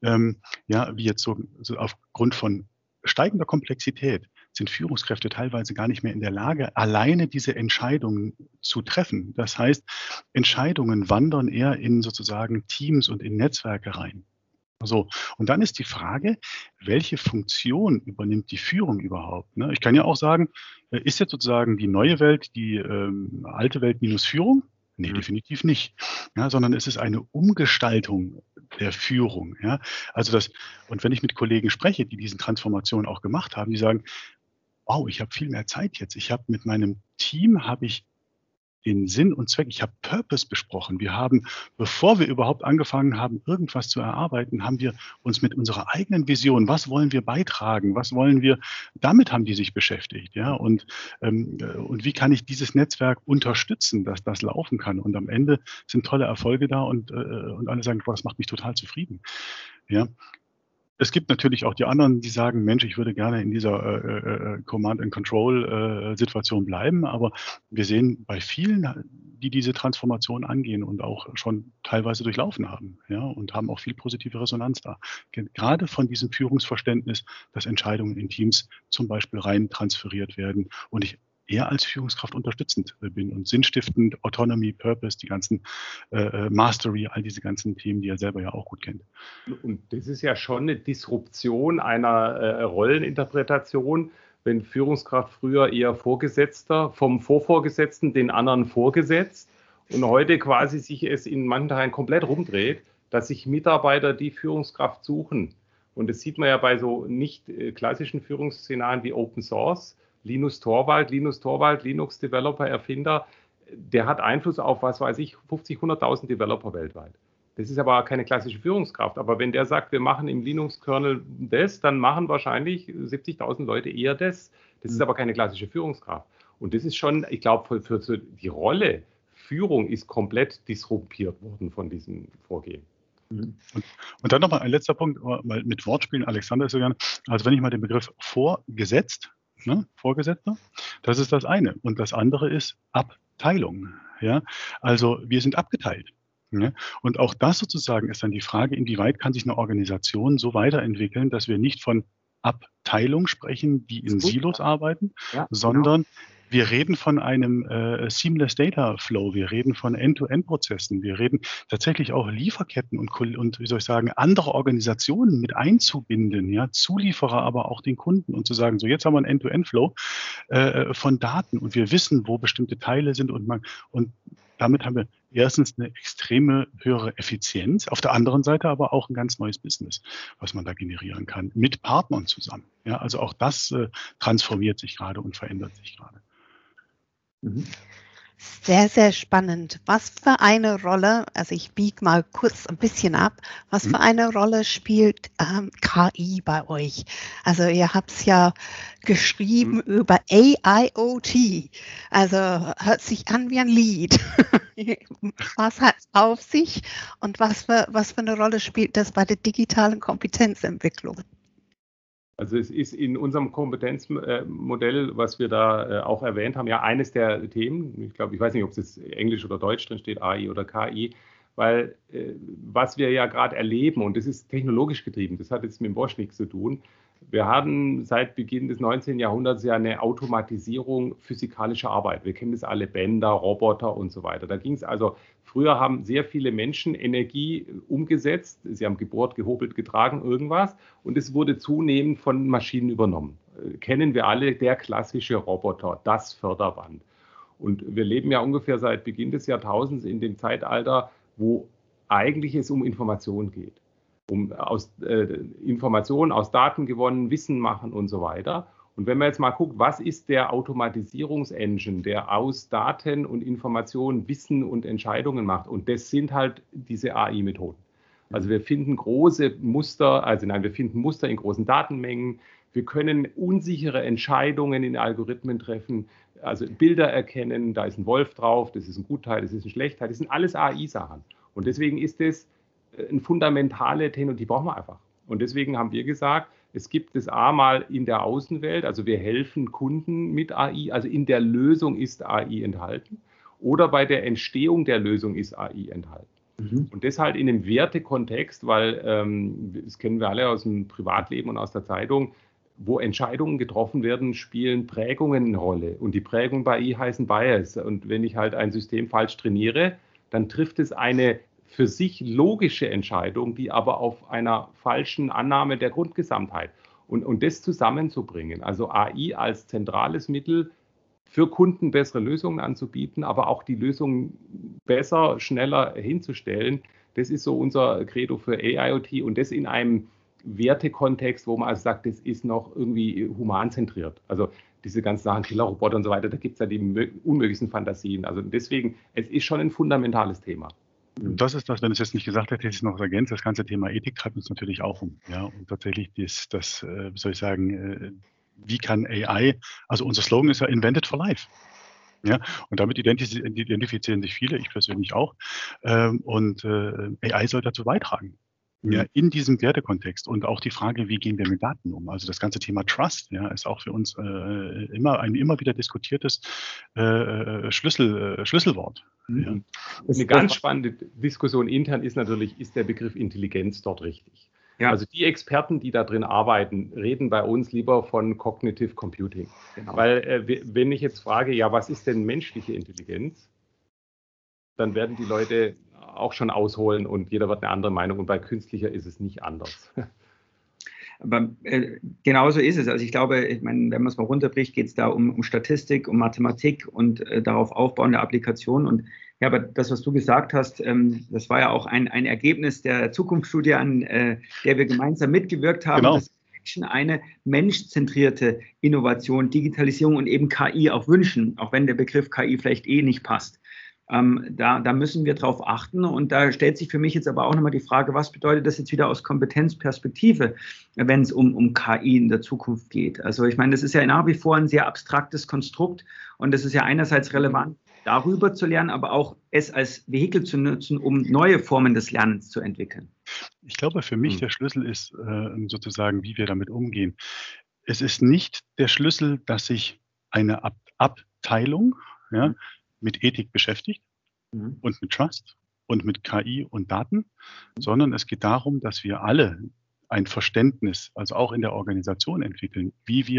wie jetzt so aufgrund von steigender Komplexität sind Führungskräfte teilweise gar nicht mehr in der Lage, alleine diese Entscheidungen zu treffen. Das heißt, Entscheidungen wandern eher in sozusagen Teams und in Netzwerke rein. So, und dann ist die Frage, welche Funktion übernimmt die Führung überhaupt? Ne? Ich kann ja auch sagen, ist jetzt sozusagen die neue Welt die alte Welt minus Führung? Nee, definitiv nicht. Ja, sondern es ist eine Umgestaltung der Führung. Ja? Und wenn ich mit Kollegen spreche, die diese Transformation auch gemacht haben, die sagen, wow, ich habe viel mehr Zeit jetzt. Mit meinem Team habe ich den Sinn und Zweck, ich habe Purpose besprochen. Wir haben, bevor wir überhaupt angefangen haben, irgendwas zu erarbeiten, haben wir uns mit unserer eigenen Vision, was wollen wir beitragen, was wollen wir, damit haben die sich beschäftigt. Ja? Und wie kann ich dieses Netzwerk unterstützen, dass das laufen kann? Und am Ende sind tolle Erfolge da und alle sagen, boah, das macht mich total zufrieden. Ja? Es gibt natürlich auch die anderen, die sagen, Mensch, ich würde gerne in dieser Command-and-Control-Situation bleiben, aber wir sehen bei vielen, die diese Transformation angehen und auch schon teilweise durchlaufen haben, ja, und haben auch viel positive Resonanz da. Gerade von diesem Führungsverständnis, dass Entscheidungen in Teams zum Beispiel rein transferiert werden und ich eher als Führungskraft unterstützend bin und sinnstiftend, Autonomy, Purpose, die ganzen Mastery, all diese ganzen Themen, die er selber ja auch gut kennt. Und das ist ja schon eine Disruption einer Rolleninterpretation, wenn Führungskraft früher eher Vorgesetzter, vom Vorvorgesetzten den anderen vorgesetzt und heute quasi sich es in manchen Teilen komplett rumdreht, dass sich Mitarbeiter die Führungskraft suchen. Und das sieht man ja bei so nicht klassischen Führungsszenarien wie Open Source. Linus Torvald, Linux-Developer, Erfinder, der hat Einfluss auf, 50, 100.000 Developer weltweit. Das ist aber keine klassische Führungskraft. Aber wenn der sagt, wir machen im Linux-Kernel das, dann machen wahrscheinlich 70.000 Leute eher das. Das ist aber keine klassische Führungskraft. Und das ist schon, ich glaube, für die Rolle Führung ist komplett disruptiert worden von diesem Vorgehen. Und dann nochmal ein letzter Punkt, mal mit Wortspielen, Alexander ist so gerne. Also wenn ich mal den Begriff Vorgesetzt, Vorgesetzter, das ist das eine. Und das andere ist Abteilung. Ja? Also wir sind abgeteilt. Ja? Und auch das sozusagen ist dann die Frage, inwieweit kann sich eine Organisation so weiterentwickeln, dass wir nicht von Abteilung sprechen, die in Silos arbeiten, sondern Wir reden von einem Seamless Data Flow, wir reden von End-to-End-Prozessen, wir reden tatsächlich auch Lieferketten und wie soll ich sagen, andere Organisationen mit einzubinden, ja, Zulieferer, aber auch den Kunden und zu sagen, so jetzt haben wir einen End-to-End-Flow von Daten und wir wissen, wo bestimmte Teile sind und damit haben wir erstens eine extreme höhere Effizienz, auf der anderen Seite aber auch ein ganz neues Business, was man da generieren kann, mit Partnern zusammen. Ja, also auch das transformiert sich gerade und verändert sich gerade. Sehr, sehr spannend. Was für eine Rolle, also ich biege mal kurz ein bisschen ab, was für eine Rolle spielt KI bei euch? Also ihr habt es ja geschrieben über AIoT, also hört sich an wie ein Lied. Was hat es auf sich und was für eine Rolle spielt das bei der digitalen Kompetenzentwicklung? Also es ist in unserem Kompetenzmodell, was wir da auch erwähnt haben, ja eines der Themen, ich weiß nicht, ob es jetzt Englisch oder Deutsch drin steht, AI oder KI, weil was wir ja gerade erleben, und das ist technologisch getrieben, das hat jetzt mit Bosch nichts zu tun, wir haben seit Beginn des 19. Jahrhunderts ja eine Automatisierung physikalischer Arbeit. Wir kennen das alle, Bänder, Roboter und so weiter. Da ging es also, früher haben sehr viele Menschen Energie umgesetzt, sie haben gebohrt, gehobelt, getragen, irgendwas und es wurde zunehmend von Maschinen übernommen. Kennen wir alle, der klassische Roboter, das Förderband. Und wir leben ja ungefähr seit Beginn des Jahrtausends in dem Zeitalter, wo eigentlich es um Information geht. Um Informationen aus Daten gewonnen, Wissen machen und so weiter. Und wenn man jetzt mal guckt, was ist der Automatisierungsengine, der aus Daten und Informationen Wissen und Entscheidungen macht? Und das sind halt diese AI-Methoden. Also wir finden große Muster, wir finden Muster in großen Datenmengen. Wir können unsichere Entscheidungen in Algorithmen treffen, also Bilder erkennen, da ist ein Wolf drauf, das ist ein Gutteil, das ist ein Schlechtteil, das sind alles AI-Sachen. Und deswegen ist es eine fundamentale Technologie, die brauchen wir einfach. Und deswegen haben wir gesagt, es gibt das mal in der Außenwelt, also wir helfen Kunden mit AI, also in der Lösung ist AI enthalten oder bei der Entstehung der Lösung ist AI enthalten. Und das halt in einem Wertekontext, weil das kennen wir alle aus dem Privatleben und aus der Zeitung, wo Entscheidungen getroffen werden, spielen Prägungen eine Rolle. Und die Prägungen bei AI heißen Bias. Und wenn ich halt ein System falsch trainiere, dann trifft es eine für sich logische Entscheidung, die aber auf einer falschen Annahme der Grundgesamtheit. Und das zusammenzubringen, also AI als zentrales Mittel für Kunden bessere Lösungen anzubieten, aber auch die Lösungen besser, schneller hinzustellen, das ist so unser Credo für AIoT und das in einem Wertekontext, wo man also sagt, das ist noch irgendwie humanzentriert. Also diese ganzen Sachen, Killerroboter und so weiter, da gibt es ja die unmöglichsten Fantasien. Also deswegen, es ist schon ein fundamentales Thema. Das ist das, wenn ich es jetzt nicht gesagt hätte, hätte ich es noch ergänzt. Das ganze Thema Ethik treibt uns natürlich auch um. Ja, und tatsächlich wie soll ich sagen, wie kann AI, also unser Slogan ist ja Invented for Life. Ja, und damit identifizieren sich viele, ich persönlich auch. Und AI soll dazu beitragen. Ja, in diesem Wertekontext und auch die Frage, wie gehen wir mit Daten um? Also das ganze Thema Trust, ja, ist auch für uns immer wieder diskutiertes Schlüsselwort. Ja. Eine ganz spannende Diskussion intern ist natürlich, ist der Begriff Intelligenz dort richtig? Ja. Also die Experten, die da drin arbeiten, reden bei uns lieber von Cognitive Computing. Genau. Weil wenn ich jetzt frage, ja, was ist denn menschliche Intelligenz? Dann werden die Leute auch schon ausholen und jeder wird eine andere Meinung und bei künstlicher ist es nicht anders. Aber genauso ist es. Also ich glaube, wenn man es mal runterbricht, geht es da um Statistik, um Mathematik und darauf aufbauende Applikationen. Und ja, aber das, was du gesagt hast, das war ja auch ein Ergebnis der Zukunftsstudie, an der wir gemeinsam mitgewirkt haben. Genau. Dass Menschen eine menschzentrierte Innovation, Digitalisierung und eben KI auch wünschen, auch wenn der Begriff KI vielleicht nicht passt. Da müssen wir drauf achten und da stellt sich für mich jetzt aber auch nochmal die Frage, was bedeutet das jetzt wieder aus Kompetenzperspektive, wenn es um KI in der Zukunft geht? Also ich meine, das ist ja nach wie vor ein sehr abstraktes Konstrukt und das ist ja einerseits relevant, darüber zu lernen, aber auch es als Vehikel zu nutzen, um neue Formen des Lernens zu entwickeln. Ich glaube, für mich der Schlüssel ist sozusagen, wie wir damit umgehen. Es ist nicht der Schlüssel, dass sich eine Abteilung mit Ethik beschäftigt und mit Trust und mit KI und Daten, sondern es geht darum, dass wir alle ein Verständnis, also auch in der Organisation entwickeln, wie wir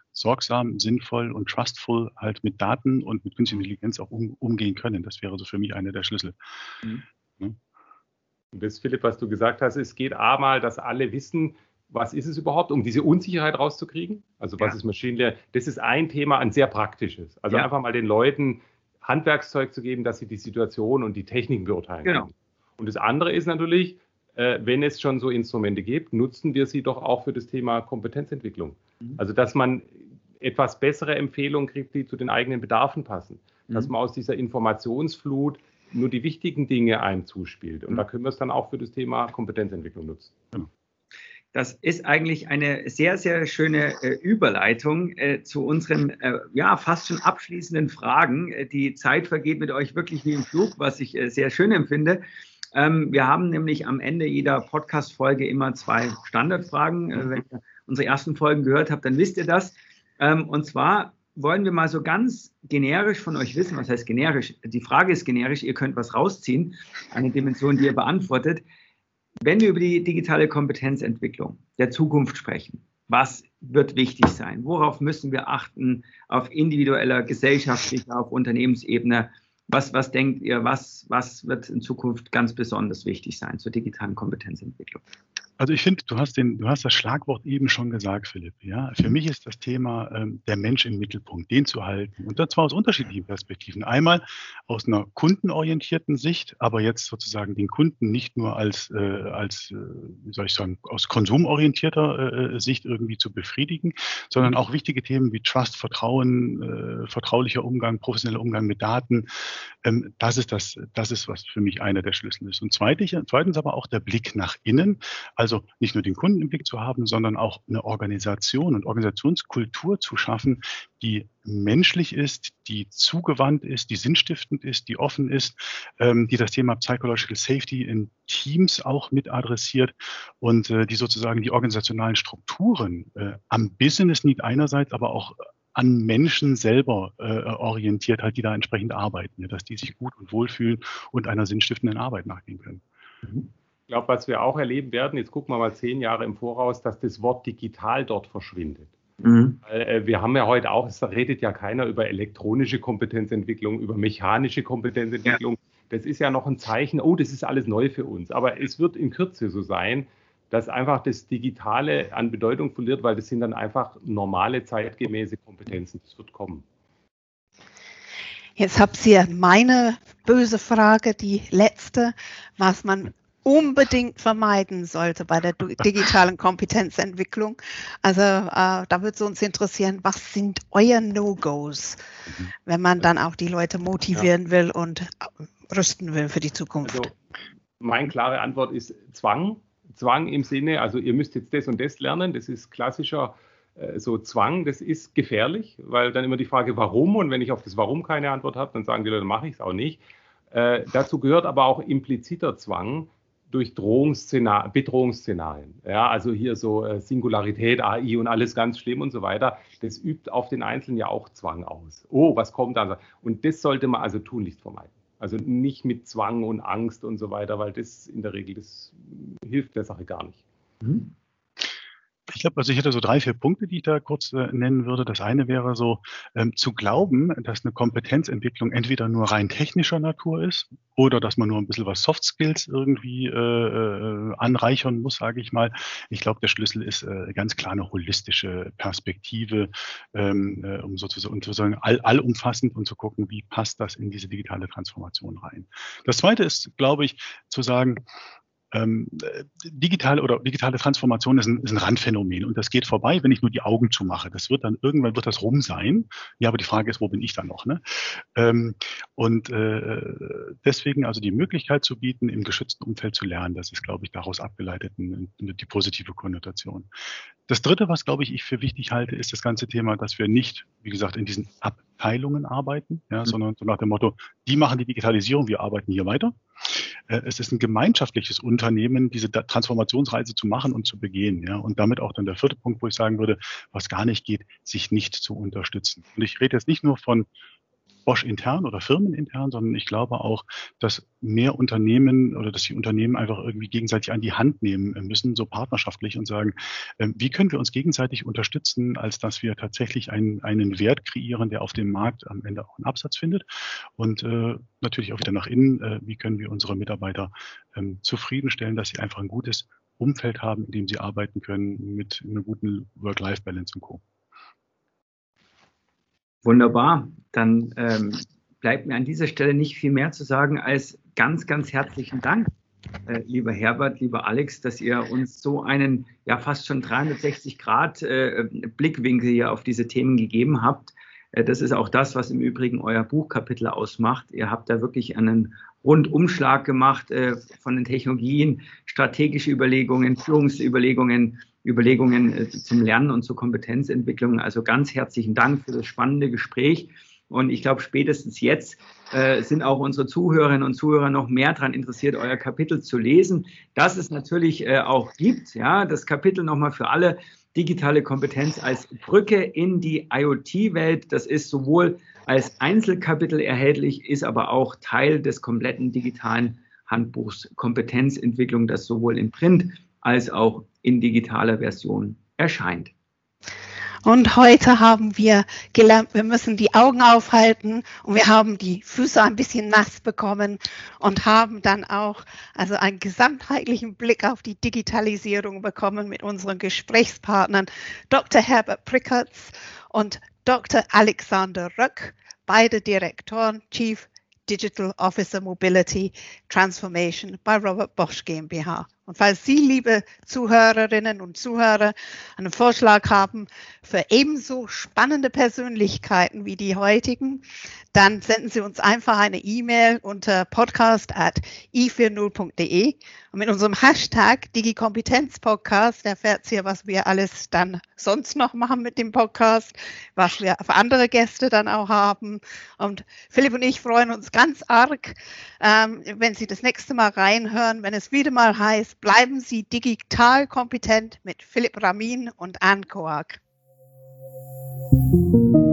sorgsam, sinnvoll und trustful halt mit Daten und mit künstlicher Intelligenz auch umgehen können. Das wäre so für mich einer der Schlüssel. Mhm. Ja. Und das, Philipp, was du gesagt hast, es geht einmal, dass alle wissen, was ist es überhaupt, um diese Unsicherheit rauszukriegen? Also was ist Machine Learning? Das ist ein Thema, ein sehr praktisches. Also einfach mal den Leuten Handwerkszeug zu geben, dass sie die Situation und die Techniken beurteilen können. Und das andere ist natürlich, wenn es schon so Instrumente gibt, nutzen wir sie doch auch für das Thema Kompetenzentwicklung. Also dass man etwas bessere Empfehlungen kriegt, die zu den eigenen Bedarfen passen. Dass man aus dieser Informationsflut nur die wichtigen Dinge einem zuspielt. Und da können wir es dann auch für das Thema Kompetenzentwicklung nutzen. Das ist eigentlich eine sehr, sehr schöne Überleitung zu unseren fast schon abschließenden Fragen. Die Zeit vergeht mit euch wirklich wie im Flug, was ich sehr schön empfinde. Wir haben nämlich am Ende jeder Podcast-Folge immer 2 Standardfragen. Wenn ihr unsere ersten Folgen gehört habt, dann wisst ihr das. Und zwar wollen wir mal so ganz generisch von euch wissen, was heißt generisch? Die Frage ist generisch, ihr könnt was rausziehen, eine Dimension, die ihr beantwortet. Wenn wir über die digitale Kompetenzentwicklung der Zukunft sprechen, was wird wichtig sein? Worauf müssen wir achten auf individueller, gesellschaftlicher, auf Unternehmensebene? Was denkt ihr, was wird in Zukunft ganz besonders wichtig sein zur digitalen Kompetenzentwicklung? Also ich finde, du hast das Schlagwort eben schon gesagt, Philipp. Ja, für mich ist das Thema der Mensch im Mittelpunkt, den zu halten. Und das zwar aus unterschiedlichen Perspektiven. Einmal aus einer kundenorientierten Sicht, aber jetzt sozusagen den Kunden nicht nur als wie soll ich sagen, aus konsumorientierter Sicht irgendwie zu befriedigen, sondern auch wichtige Themen wie Trust, Vertrauen, vertraulicher Umgang, professioneller Umgang mit Daten. Das ist was für mich einer der Schlüssel ist. Und zweitens aber auch der Blick nach innen. Also nicht nur den Kunden im Blick zu haben, sondern auch eine Organisation und Organisationskultur zu schaffen, die menschlich ist, die zugewandt ist, die sinnstiftend ist, die offen ist, die das Thema Psychological Safety in Teams auch mit adressiert und die sozusagen die organisationalen Strukturen am Business Need einerseits, aber auch an Menschen selber orientiert, halt, die da entsprechend arbeiten, dass die sich gut und wohlfühlen und einer sinnstiftenden Arbeit nachgehen können. Ich glaube, was wir auch erleben werden, jetzt gucken wir mal 10 Jahre im Voraus, dass das Wort digital dort verschwindet. Wir haben ja heute auch, es redet ja keiner über elektronische Kompetenzentwicklung, über mechanische Kompetenzentwicklung. Das ist ja noch ein Zeichen, oh, das ist alles neu für uns. Aber es wird in Kürze so sein, dass einfach das Digitale an Bedeutung verliert, weil das sind dann einfach normale, zeitgemäße Kompetenzen. Das wird kommen. Jetzt habt ihr meine böse Frage, die letzte, was man unbedingt vermeiden sollte bei der digitalen Kompetenzentwicklung. Also da würde es uns interessieren, was sind euer No-Gos, wenn man dann auch die Leute motivieren will und rüsten will für die Zukunft? Also meine klare Antwort ist Zwang. Zwang im Sinne, also ihr müsst jetzt das und das lernen, das ist klassischer so Zwang, das ist gefährlich, weil dann immer die Frage, warum, und wenn ich auf das Warum keine Antwort habe, dann sagen die Leute, mache ich es auch nicht. Dazu gehört aber auch impliziter Zwang durch Bedrohungsszenarien. Ja, also hier so Singularität, AI und alles ganz schlimm und so weiter, das übt auf den Einzelnen ja auch Zwang aus. Oh, was kommt da? Und das sollte man also tunlichst vermeiden. Also nicht mit Zwang und Angst und so weiter, weil das in der Regel, das hilft der Sache gar nicht. Ich glaube, also ich hätte so 3, 4 Punkte, die ich da kurz nennen würde. Das eine wäre so, zu glauben, dass eine Kompetenzentwicklung entweder nur rein technischer Natur ist oder dass man nur ein bisschen was Soft Skills irgendwie anreichern muss, sage ich mal. Ich glaube, der Schlüssel ist ganz klar eine holistische Perspektive, um sozusagen allumfassend und zu gucken, wie passt das in diese digitale Transformation rein. Das zweite ist, glaube ich, zu sagen, digitale Transformation ist ein Randphänomen und das geht vorbei, wenn ich nur die Augen zumache. Irgendwann wird das rum sein. Ja, aber die Frage ist, wo bin ich dann noch? Ne? Deswegen also die Möglichkeit zu bieten, im geschützten Umfeld zu lernen, das ist, glaube ich, daraus abgeleitet die positive Konnotation. Das Dritte, was, glaube ich für wichtig halte, ist das ganze Thema, dass wir nicht, wie gesagt, in diesen Abteilungen arbeiten, sondern so nach dem Motto, die machen die Digitalisierung, wir arbeiten hier weiter. Es ist ein gemeinschaftliches Unternehmen, diese Transformationsreise zu machen und zu begehen. Ja? Und damit auch dann der 4. Punkt, wo ich sagen würde, was gar nicht geht, sich nicht zu unterstützen. Und ich rede jetzt nicht nur von Bosch intern oder firmenintern, sondern ich glaube auch, dass mehr Unternehmen oder dass die Unternehmen einfach irgendwie gegenseitig an die Hand nehmen müssen, so partnerschaftlich und sagen, wie können wir uns gegenseitig unterstützen, als dass wir tatsächlich einen Wert kreieren, der auf dem Markt am Ende auch einen Absatz findet und natürlich auch wieder nach innen, wie können wir unsere Mitarbeiter zufriedenstellen, dass sie einfach ein gutes Umfeld haben, in dem sie arbeiten können mit einer guten Work-Life-Balance und Co. Wunderbar. Dann bleibt mir an dieser Stelle nicht viel mehr zu sagen als ganz, ganz herzlichen Dank, lieber Herbert, lieber Alex, dass ihr uns so einen ja fast schon 360-Grad-Blickwinkel hier auf diese Themen gegeben habt. Das ist auch das, was im Übrigen euer Buchkapitel ausmacht. Ihr habt da wirklich einen Rundumschlag gemacht von den Technologien, strategische Überlegungen, Führungsüberlegungen, Überlegungen zum Lernen und zur Kompetenzentwicklung. Also ganz herzlichen Dank für das spannende Gespräch. Und ich glaube, spätestens jetzt sind auch unsere Zuhörerinnen und Zuhörer noch mehr daran interessiert, euer Kapitel zu lesen. Dass es natürlich auch gibt, ja, das Kapitel nochmal für alle, digitale Kompetenz als Brücke in die IoT-Welt. Das ist sowohl als Einzelkapitel erhältlich, ist aber auch Teil des kompletten digitalen Handbuchs Kompetenzentwicklung, das sowohl in Print als auch in digitaler Version erscheint. Und heute haben wir gelernt, wir müssen die Augen aufhalten und wir haben die Füße ein bisschen nass bekommen und haben dann auch also einen gesamtheitlichen Blick auf die Digitalisierung bekommen mit unseren Gesprächspartnern Dr. Herbert Prickertz und Dr. Alexander Röck, beide Direktoren, Chief Digital Officer Mobility Transformation bei Robert Bosch GmbH. Und falls Sie, liebe Zuhörerinnen und Zuhörer, einen Vorschlag haben für ebenso spannende Persönlichkeiten wie die heutigen, dann senden Sie uns einfach eine E-Mail unter podcast@i40.de. Und mit unserem Hashtag DigiKompetenzPodcast erfährt ihr, was wir alles dann sonst noch machen mit dem Podcast, was wir für andere Gäste dann auch haben. Und Philipp und ich freuen uns ganz arg, wenn Sie das nächste Mal reinhören, wenn es wieder mal heißt, bleiben Sie digital kompetent mit Philipp Ramin und Anne Koak.